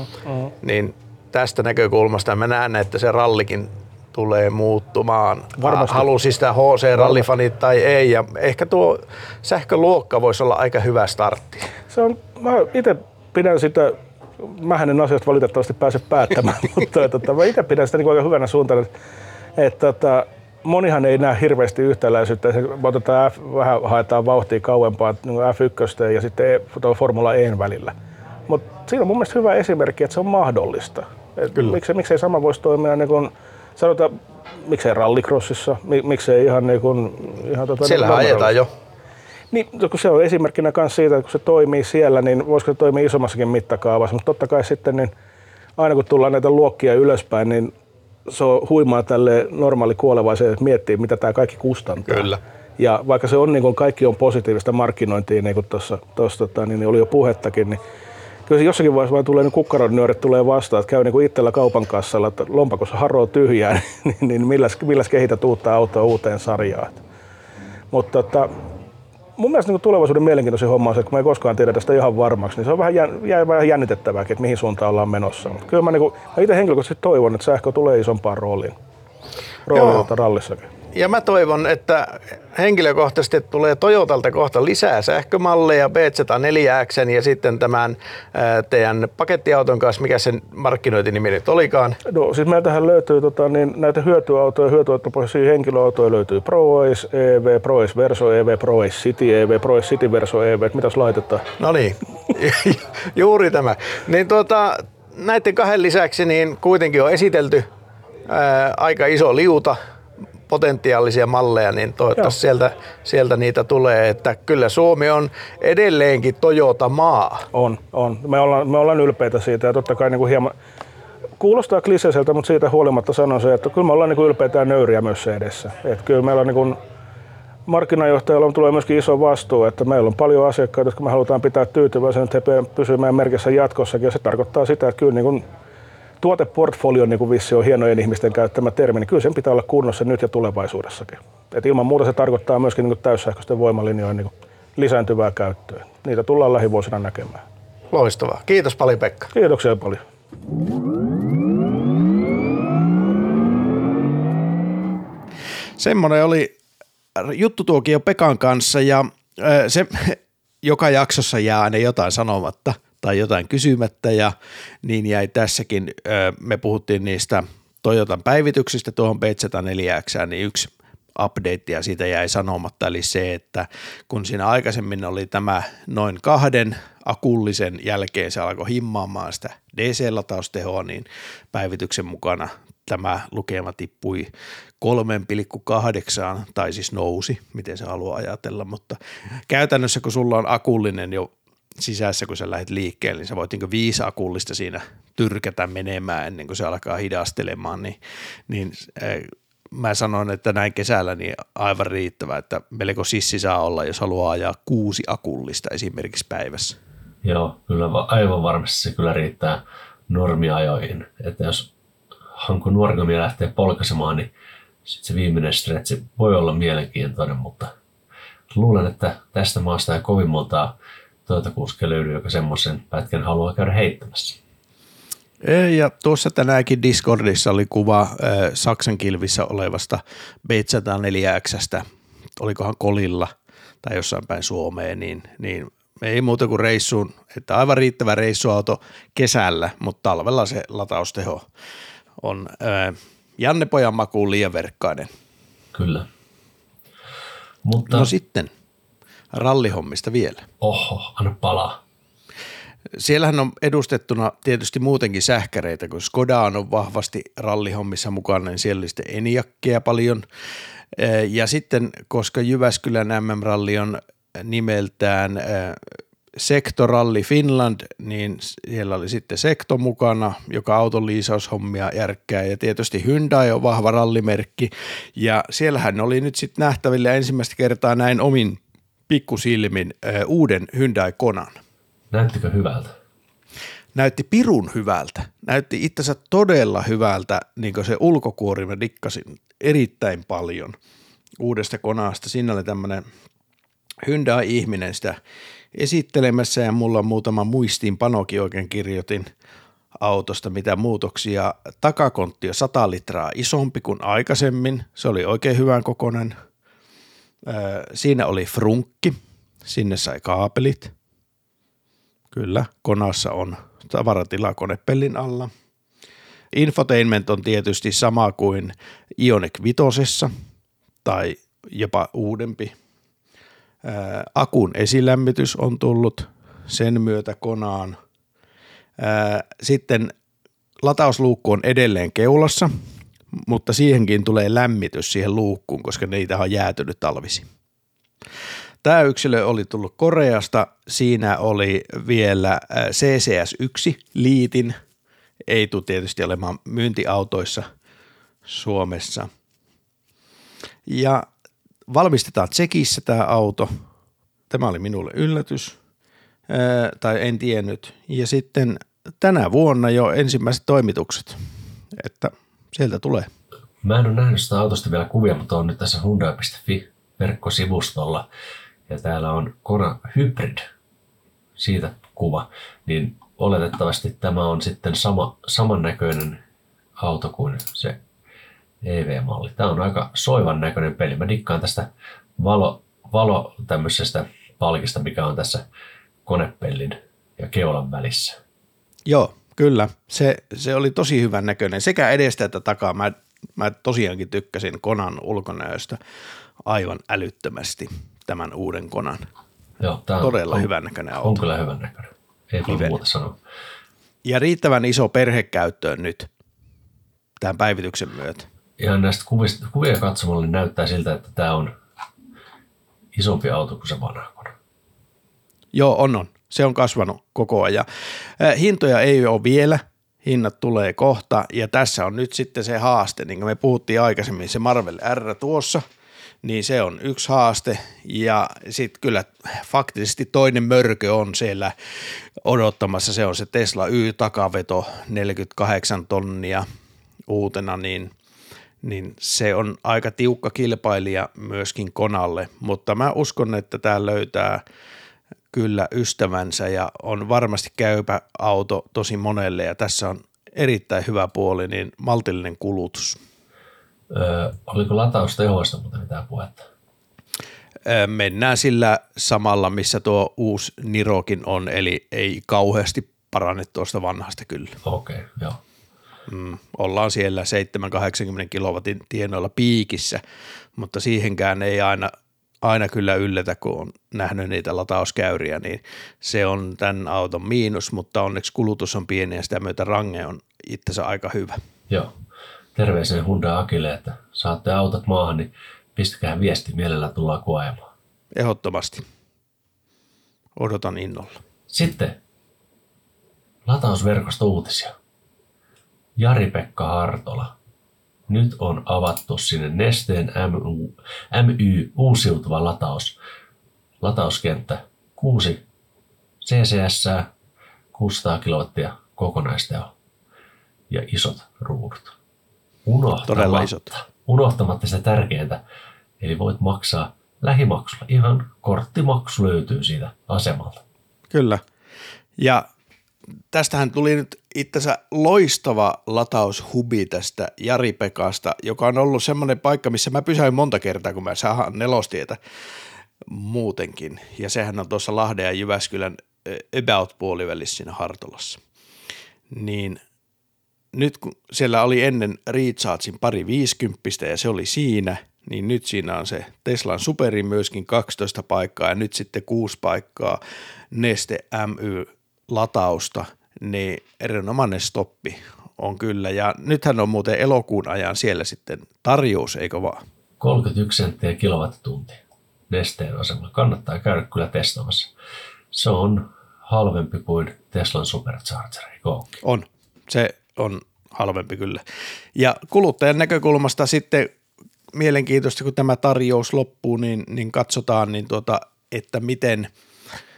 Niin tästä näkökulmasta mä näen, että se rallikin tulee muuttumaan. Varmasti. Halusi sitä HC-rallifanit tai ei. Ja ehkä tuo sähköluokka voisi olla aika hyvä startti. Mä itse pidän sitä, mähän en asioista valitettavasti pääse päättämään, mutta mä itse pidän sitä niin aika hyvänä suuntaan, että monihan ei näe hirveästi yhtäläisyyttä. Otetaan vähän haetaan vauhtia kauempaa niin F1 ja sitten Formula E:n välillä. Mutta siinä on mun mielestä hyvä esimerkki, että se on mahdollista. Miksei sama voisi toimia niin kuin sanotaan, miksei rallycrossissa, miksei ihan niin kuin... Siellä ajetaan jo. Niin, kun se on esimerkkinä myös siitä, että kun se toimii siellä, niin voisiko se toimia isommassakin mittakaavassa. Mutta totta kai sitten, niin aina kun tullaan näitä luokkia ylöspäin, niin se on huimaa tälle normaali kuolevaiselle, että miettii, mitä tämä kaikki kustantaa. Kyllä. Ja vaikka se on, niin kuin kaikki on positiivista markkinointia, niin kuin tuossa niin oli jo puhettakin, niin kyllä se jossakin vaiheessa vaan tulee, niin kukkaronnyörit tulee vastaan, että käy niin kuin itsellä kaupan kassalla, että lompakossa haroo tyhjää, niin milläs kehität uutta autoa uuteen sarjaan. Mutta mun mielestä niin tulevaisuuden mielenkiintoisin homma on se, että kun me ei koskaan tiedä tästä ihan varmaksi, niin se on vähän jännitettävääkin, että mihin suuntaan ollaan menossa. Mutta kyllä mä itse henkilökohtaisesti toivon, että sähkö tulee isompaan rooliin rallissakin. Ja mä toivon, että henkilökohtaisesti tulee Toyotalta kohta lisää sähkömalleja, BZ4X ja sitten tämän teidän pakettiauton kanssa, mikä sen markkinointinimi nyt olikaan. No siis meiltähän löytyy näitä hyötyautoja, hyötyautopohjaisia henkilöautoja löytyy ProAce EV, ProAce Verso EV, ProAce City EV, ProAce City Verso EV, että mitäs laitetaan? No niin, juuri tämä. Niin näiden kahden lisäksi niin kuitenkin on esitelty aika iso liuta potentiaalisia malleja, niin toivottavasti sieltä niitä tulee, että kyllä Suomi on edelleenkin Toyota-maa. On. Me ollaan ylpeitä siitä ja totta kai niin kuin hieman kuulostaa kliseiseltä, mutta siitä huolimatta sanon se, että kyllä me ollaan niin kuin ylpeitä ja nöyriä myös se edessä. Että kyllä meillä on niin kuin markkinajohtajalla tulee myöskin iso vastuu, että meillä on paljon asiakkaita, jotka me halutaan pitää tyytyväisenä, että he pysyvät meidän merkissä jatkossakin ja se tarkoittaa sitä, että kyllä niin kuin tuoteportfolio, niin kuin vissi on hienojen ihmisten käyttämä termi, niin kyllä sen pitää olla kunnossa nyt ja tulevaisuudessakin. Et ilman muuta se tarkoittaa myöskin niin kuin täyssähköisten voimalinjojen niin kuin lisääntyvää käyttöä. Niitä tullaan lähivuosina näkemään. Loistavaa. Kiitos paljon, Pekka. Kiitoksia paljon. Semmoinen oli juttutuokio Pekan kanssa ja se joka jaksossa jää aina jotain sanomatta tai jotain kysymättä ja niin jäi tässäkin. Me puhuttiin niistä Toyotan päivityksistä tuohon BZ4X, niin yksi update ja siitä jäi sanomatta, eli se, että kun siinä aikaisemmin oli tämä noin 2 akullisen jälkeen se alkoi himmaamaan sitä DC-lataustehoa, niin päivityksen mukana tämä lukema tippui 3,8 tai siis nousi, miten se haluaa ajatella, mutta käytännössä kun sulla on akullinen jo sisässä, kun sä lähdet liikkeelle, niin sä voit niin 5 akullista siinä tyrkätä menemään ennen kuin se alkaa hidastelemaan, niin mä sanon, että näin kesällä niin aivan riittävää, että melko sissi saa olla, jos haluaa ajaa 6 akullista esimerkiksi päivässä. Joo, kyllä aivan varmasti se kyllä riittää normiajoihin, että jos hanko nuorkamia lähtee polkaisemaan, niin sitten se viimeinen stretchi voi olla mielenkiintoinen, mutta luulen, että tästä maasta ei kovin montaa Toyota-kuskia löydy, joka semmoisen pätkän haluaa käydä heittämässä. Ja tuossa tänäänkin Discordissa oli kuva Saksan kilvissä olevasta BZ4X:stä, olikohan Kolilla tai jossain päin Suomeen, niin ei muuta kuin reissuun, että aivan riittävä reissuauto kesällä, mutta talvella se latausteho on Janne-pojan makuun liian verkkainen. Kyllä. Mutta... No sitten rallihommista vielä. Oho, anna palaa. Siellähän on edustettuna tietysti muutenkin sähkäreitä, kun Skoda on vahvasti rallihommissa mukana, niin siellä oli sitten Eniakkeja paljon. Ja sitten, koska Jyväskylän MM-ralli on nimeltään Secto Rally Finland, niin siellä oli sitten Secto mukana, joka auton liisaushommia järkkää, ja tietysti Hyundai on vahva rallimerkki, ja siellähän oli nyt sitten nähtävillä ensimmäistä kertaa näin omin pikkusilmin uuden Hyundai Konan. Näyttikö hyvältä? näytti pirun hyvältä. Näytti itsensä todella hyvältä, niin kuin se ulkokuori mä dikkasin erittäin paljon uudesta Konasta. Siinä oli tämmöinen Hyundai-ihminen sitä esittelemässä ja mulla on muutama muistiinpanokin oikein kirjoitin autosta, mitä muutoksia. Takakontti on 100 litraa isompi kuin aikaisemmin. Se oli oikein hyvän kokoinen. Siinä oli frunkki. Sinne sai kaapelit. Kyllä, Konassa on tavaratila konepellin alla. Infotainment on tietysti sama kuin Ioniq 5 tai jopa uudempi. Akun esilämmitys on tullut sen myötä Konaan. Sitten latausluukku on edelleen keulassa, mutta siihenkin tulee lämmitys siihen luukkuun, koska niitä on jäätynyt talvisi. Tämä yksilö oli tullut Koreasta, siinä oli vielä CCS1 liitin, ei tule tietysti olemaan myyntiautoissa Suomessa. Ja valmistetaan Tsekissä tämä auto, tämä oli minulle yllätys, tai en tiennyt, ja sitten tänä vuonna jo ensimmäiset toimitukset, että sieltä tulee. Mä en ole nähnyt sitä autosta vielä kuvia, mutta on nyt tässä Hyundai.fi verkkosivustolla ja täällä on Kona Hybrid, siitä kuva, niin oletettavasti tämä on sitten samannäköinen auto kuin se EV-malli. Tämä on aika soivan näköinen peli. Mä dikkaan tästä valo tämmöisestä palkista, mikä on tässä konepellin ja keulan välissä. Joo, kyllä. Se oli tosi hyvän näköinen sekä edestä että takaa. Mä tosiaankin tykkäsin Konan ulkonäöstä aivan älyttömästi tämän uuden Konan. Joo, tämä todella hyvän näköinen auto. On kyllä hyvän näköinen. Ei voi muuta sanoa. Ja riittävän iso perhekäyttöön nyt tämän päivityksen myötä. Ihan näistä kuvia katsomalla niin näyttää siltä, että tämä on isompi auto kuin se vanha Kona. Joo, on. Se on kasvanut koko ajan. Hintoja ei ole vielä. Hinnat tulee kohta ja tässä on nyt sitten se haaste, niin kuin me puhuttiin aikaisemmin, se Marvel R tuossa, niin se on yksi haaste ja sitten kyllä faktisesti toinen mörkö on siellä odottamassa, se on se Tesla Y-takaveto 48 tonnia uutena, niin se on aika tiukka kilpailija myöskin Konalle, mutta mä uskon, että tämä löytää kyllä ystävänsä ja on varmasti käypä auto tosi monelle ja tässä on erittäin hyvä puoli, niin maltillinen kulutus. Oliko lataustehoista muuten mitään puhetta? Mennään sillä samalla, missä tuo uusi Nirokin on, eli ei kauheasti parane tuosta vanhasta kyllä. Okei, joo. Ollaan siellä 7-80 kilowatin tienoilla piikissä, mutta siihenkään ei aina kyllä yllätä, kun on nähnyt niitä latauskäyriä, niin se on tämän auton miinus, mutta onneksi kulutus on pieni ja sitä myötä range on itsensä aika hyvä. Joo. Terveisiä Hyundai Akille, että saatte autot maahan, niin pistäkää viesti, mielellä tullaan koeamaan. Ehdottomasti. Odotan innolla. Sitten latausverkosto uutisia. Jari-Pekka Hartola. Nyt on avattu sinne Nesteen MY uusiutuva latauskenttä. 6 CCS, 600 kilowattia kokonaisteho ja isot ruudut. Todella isot. Unohtamatta sitä tärkeintä, eli voit maksaa lähimaksulla. Ihan korttimaksu löytyy siitä asemalta. Kyllä. Ja tästähän tuli nyt itsensä loistava lataushubi tästä Jari-Pekasta, joka on ollut semmoinen paikka, missä mä pysäin monta kertaa, kun mä saan Nelostietä muutenkin. Ja sehän on tuossa Lahden ja Jyväskylän about puolivälissä siinä Hartolassa. Niin nyt kun siellä oli ennen Rechargein pari 50 ja se oli siinä, niin nyt siinä on se Teslan Superi myöskin 12 paikkaa ja nyt sitten 6 paikkaa Neste MY-latausta, niin erinomainen stoppi on kyllä. Ja nythän on muuten elokuun ajan siellä sitten tarjous, eikö vaan? 31 senttiä kilowattitunti Nesteen asemalla. Kannattaa käydä kyllä testaamassa. Se on halvempi kuin Teslan Supercharger, eikö ole? On. Se on halvempi kyllä. Ja kuluttajan näkökulmasta sitten mielenkiintoista, kun tämä tarjous loppuu, niin katsotaan, että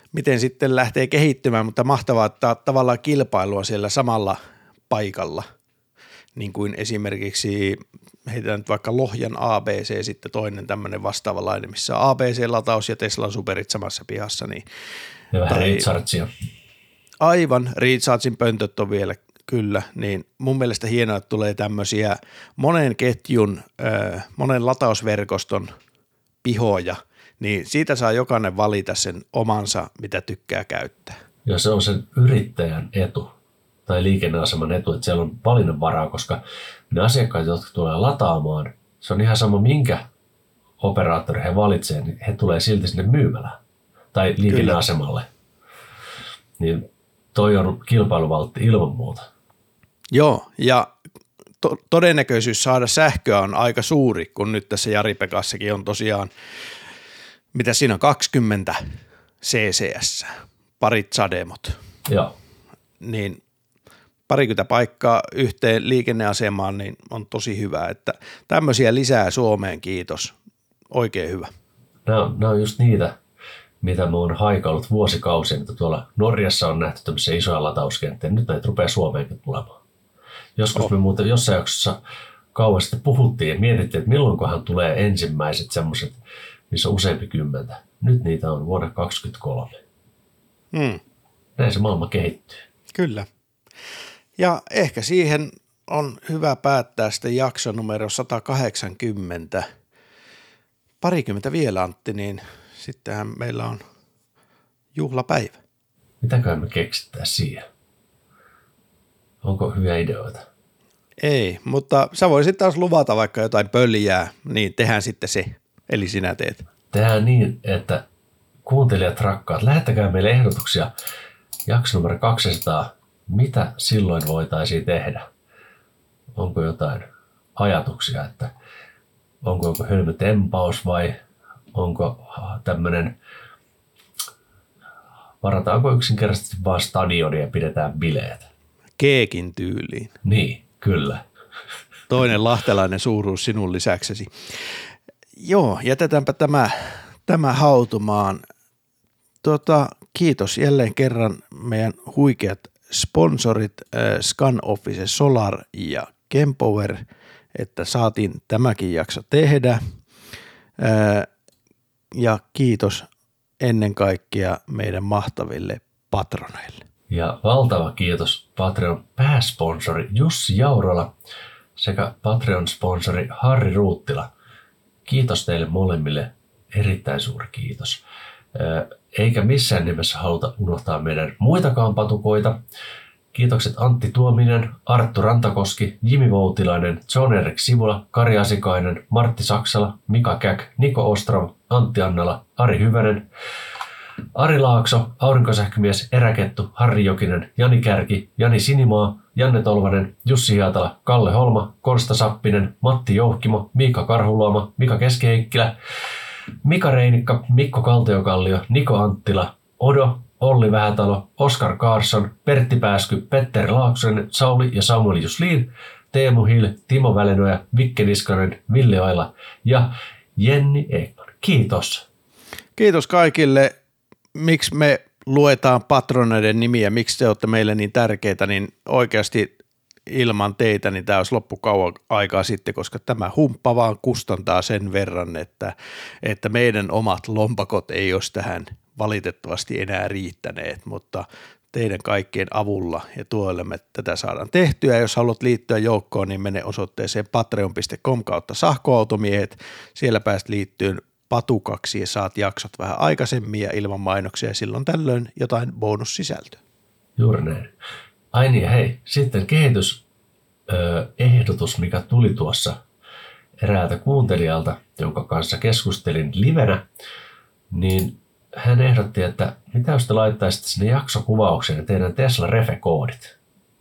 miten sitten lähtee kehittymään, mutta mahtavaa, että tavallaan kilpailua siellä samalla paikalla, niin kuin esimerkiksi heitän nyt vaikka Lohjan ABC, sitten toinen tämmöinen vastaavanlainen, missä on ABC-lataus ja Tesla Superit samassa pihassa. Niin, ja vähän Rechargea. Aivan, Rechargin pöntöt on vielä kyllä, niin mun mielestä hienoa, että tulee tämmöisiä monen ketjun, monen latausverkoston pihoja, niin siitä saa jokainen valita sen omansa, mitä tykkää käyttää. Ja se on sen yrittäjän etu tai liikenneaseman etu, että siellä on valinnanvaraa, koska ne asiakkaat, jotka tulee lataamaan, se on ihan sama minkä operaattori he valitsevat, niin he tulee silti sinne myymälään tai liikenneasemalle. Niin toi on kilpailuvaltti ilman muuta. Joo, ja todennäköisyys saada sähköä on aika suuri, kun nyt tässä Jari-Pekassakin on tosiaan, mitä siinä on, 20 CCS, parit sademot. Joo. Niin 20 paikkaa yhteen liikenneasemaan, niin on tosi hyvä, että tämmöisiä lisää Suomeen, kiitos, oikein hyvä. Nämä on just niitä, mitä mä oon haikaillut vuosikausia, mitä tuolla Norjassa on nähty tämmöisiä isoja latauskenttiä, nyt näitä rupeaa Suomeenkin tulemaan. Joskus me muuten jossain jaksossa kauan sitten puhuttiin ja mietittiin, että milloinkohan tulee ensimmäiset semmoiset, missä on useampi kymmentä. Nyt niitä on vuonna 2023. Näin se maailma kehittyy. Kyllä. Ja ehkä siihen on hyvä päättää sitten jakso numero 180. Parikymmentä vielä, Antti, niin sittenhän meillä on juhlapäivä. Mitäköhän me keksitään siihen? Onko hyviä ideoita? Ei, mutta sä voisit taas luvata vaikka jotain pöljää, niin tehdään sitten se. Eli sinä teet. Tehdään niin, että kuuntelijat rakkaat, lähettäkää meille ehdotuksia jakso numero 200. Mitä silloin voitaisiin tehdä? Onko jotain ajatuksia, että onko hölmötempaus vai onko tämmöinen, varataanko yksinkertaisesti vaan stadionia ja pidetään bileet? Keekin tyyliin. Niin, kyllä. Toinen lahtelainen suuruus sinun lisäksesi. Joo, jätetäänpä tämä hautumaan. Kiitos jälleen kerran meidän huikeat sponsorit Scan Office, Solar ja Kempower, että saatiin tämäkin jakso tehdä. Ja kiitos ennen kaikkea meidän mahtaville patroneille. Ja valtava kiitos Patreon pääsponsori Jussi Jaurola sekä Patreon-sponsori Harri Ruuttila. Kiitos teille molemmille, erittäin suuri kiitos. Eikä missään nimessä haluta unohtaa meidän muitakaan patukoita. Kiitokset Antti Tuominen, Arttu Rantakoski, Jimi Voutilainen, John Erik Sivula, Kari Asikainen, Martti Saksala, Mika Käk, Niko Ostrov, Antti Annala, Ari Hyvänen, Ari Laakso, Aurinkosähkömies, Eräkettu, Harri Jokinen, Jani Kärki, Jani Sinimaa, Janne Tolvanen, Jussi Hiatala, Kalle Holma, Konsta Sappinen, Matti Jouhkimo, Miika Karhuluoma, Mika Keskiheikkilä, Mika Reinikka, Mikko Kaltiokallio, Niko Anttila, Odo, Olli Vähätalo, Oskar Karsson, Pertti Pääsky, Petteri Laaksonen, Sauli ja Samuel Juslin, Teemu Hill, Timo Välenoja, Vikke Niskanen, Ville Aila ja Jenni Ekman. Kiitos. Kiitos kaikille. Miksi me luetaan patroneiden nimiä, miksi te olette meille niin tärkeitä, niin oikeasti ilman teitä niin tämä olisi loppu kauan aikaa sitten, koska tämä humppa vaan kustantaa sen verran, että meidän omat lompakot ei olisi tähän valitettavasti enää riittäneet, mutta teidän kaikkien avulla ja tuella me tätä saadaan tehtyä. Jos haluat liittyä joukkoon, niin mene osoitteeseen patreon.com/sähköautomiehet. Siellä pääst liittyyn patukaksi ja saat jaksot vähän aikaisemmin ja ilman mainoksia ja silloin tällöin jotain bonussisältöä. Juuri näin. Ai niin, hei, sitten kehitysehdotus, mikä tuli tuossa eräältä kuuntelijalta, jonka kanssa keskustelin livenä, niin hän ehdotti, että mitä jos te laittaisitte sinne jaksokuvaukseen teidän Tesla Refe-koodit?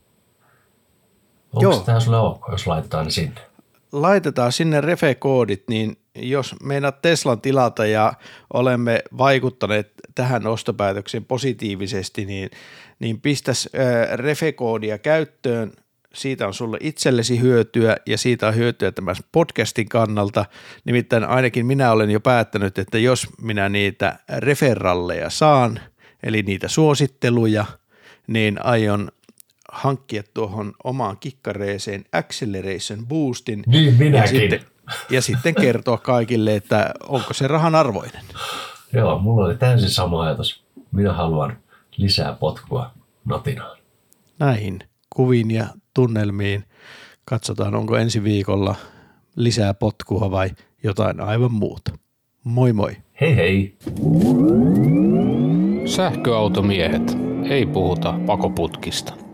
Onko tämä sulle ok, jos laitetaan ne sinne? Laitetaan sinne Refe-koodit, niin jos meinaat Teslan tilata ja olemme vaikuttaneet tähän ostopäätökseen positiivisesti, niin pistäs Refe-koodia käyttöön. Siitä on sulle itsellesi hyötyä ja siitä on hyötyä tämän podcastin kannalta. Nimittäin ainakin minä olen jo päättänyt, että jos minä niitä referralleja saan, eli niitä suositteluja, niin aion hankkia tuohon omaan kikkareeseen Acceleration Boostin. Niin minäkin. Ja sitten kertoa kaikille, että onko se rahan arvoinen. Joo, mulla oli täysin sama ajatus. Minä haluan lisää potkua Notinaan. Näihin kuviin ja tunnelmiin. Katsotaan, onko ensi viikolla lisää potkua vai jotain aivan muuta. Moi moi. Hei hei. Sähköautomiehet. Ei puhuta pakoputkista.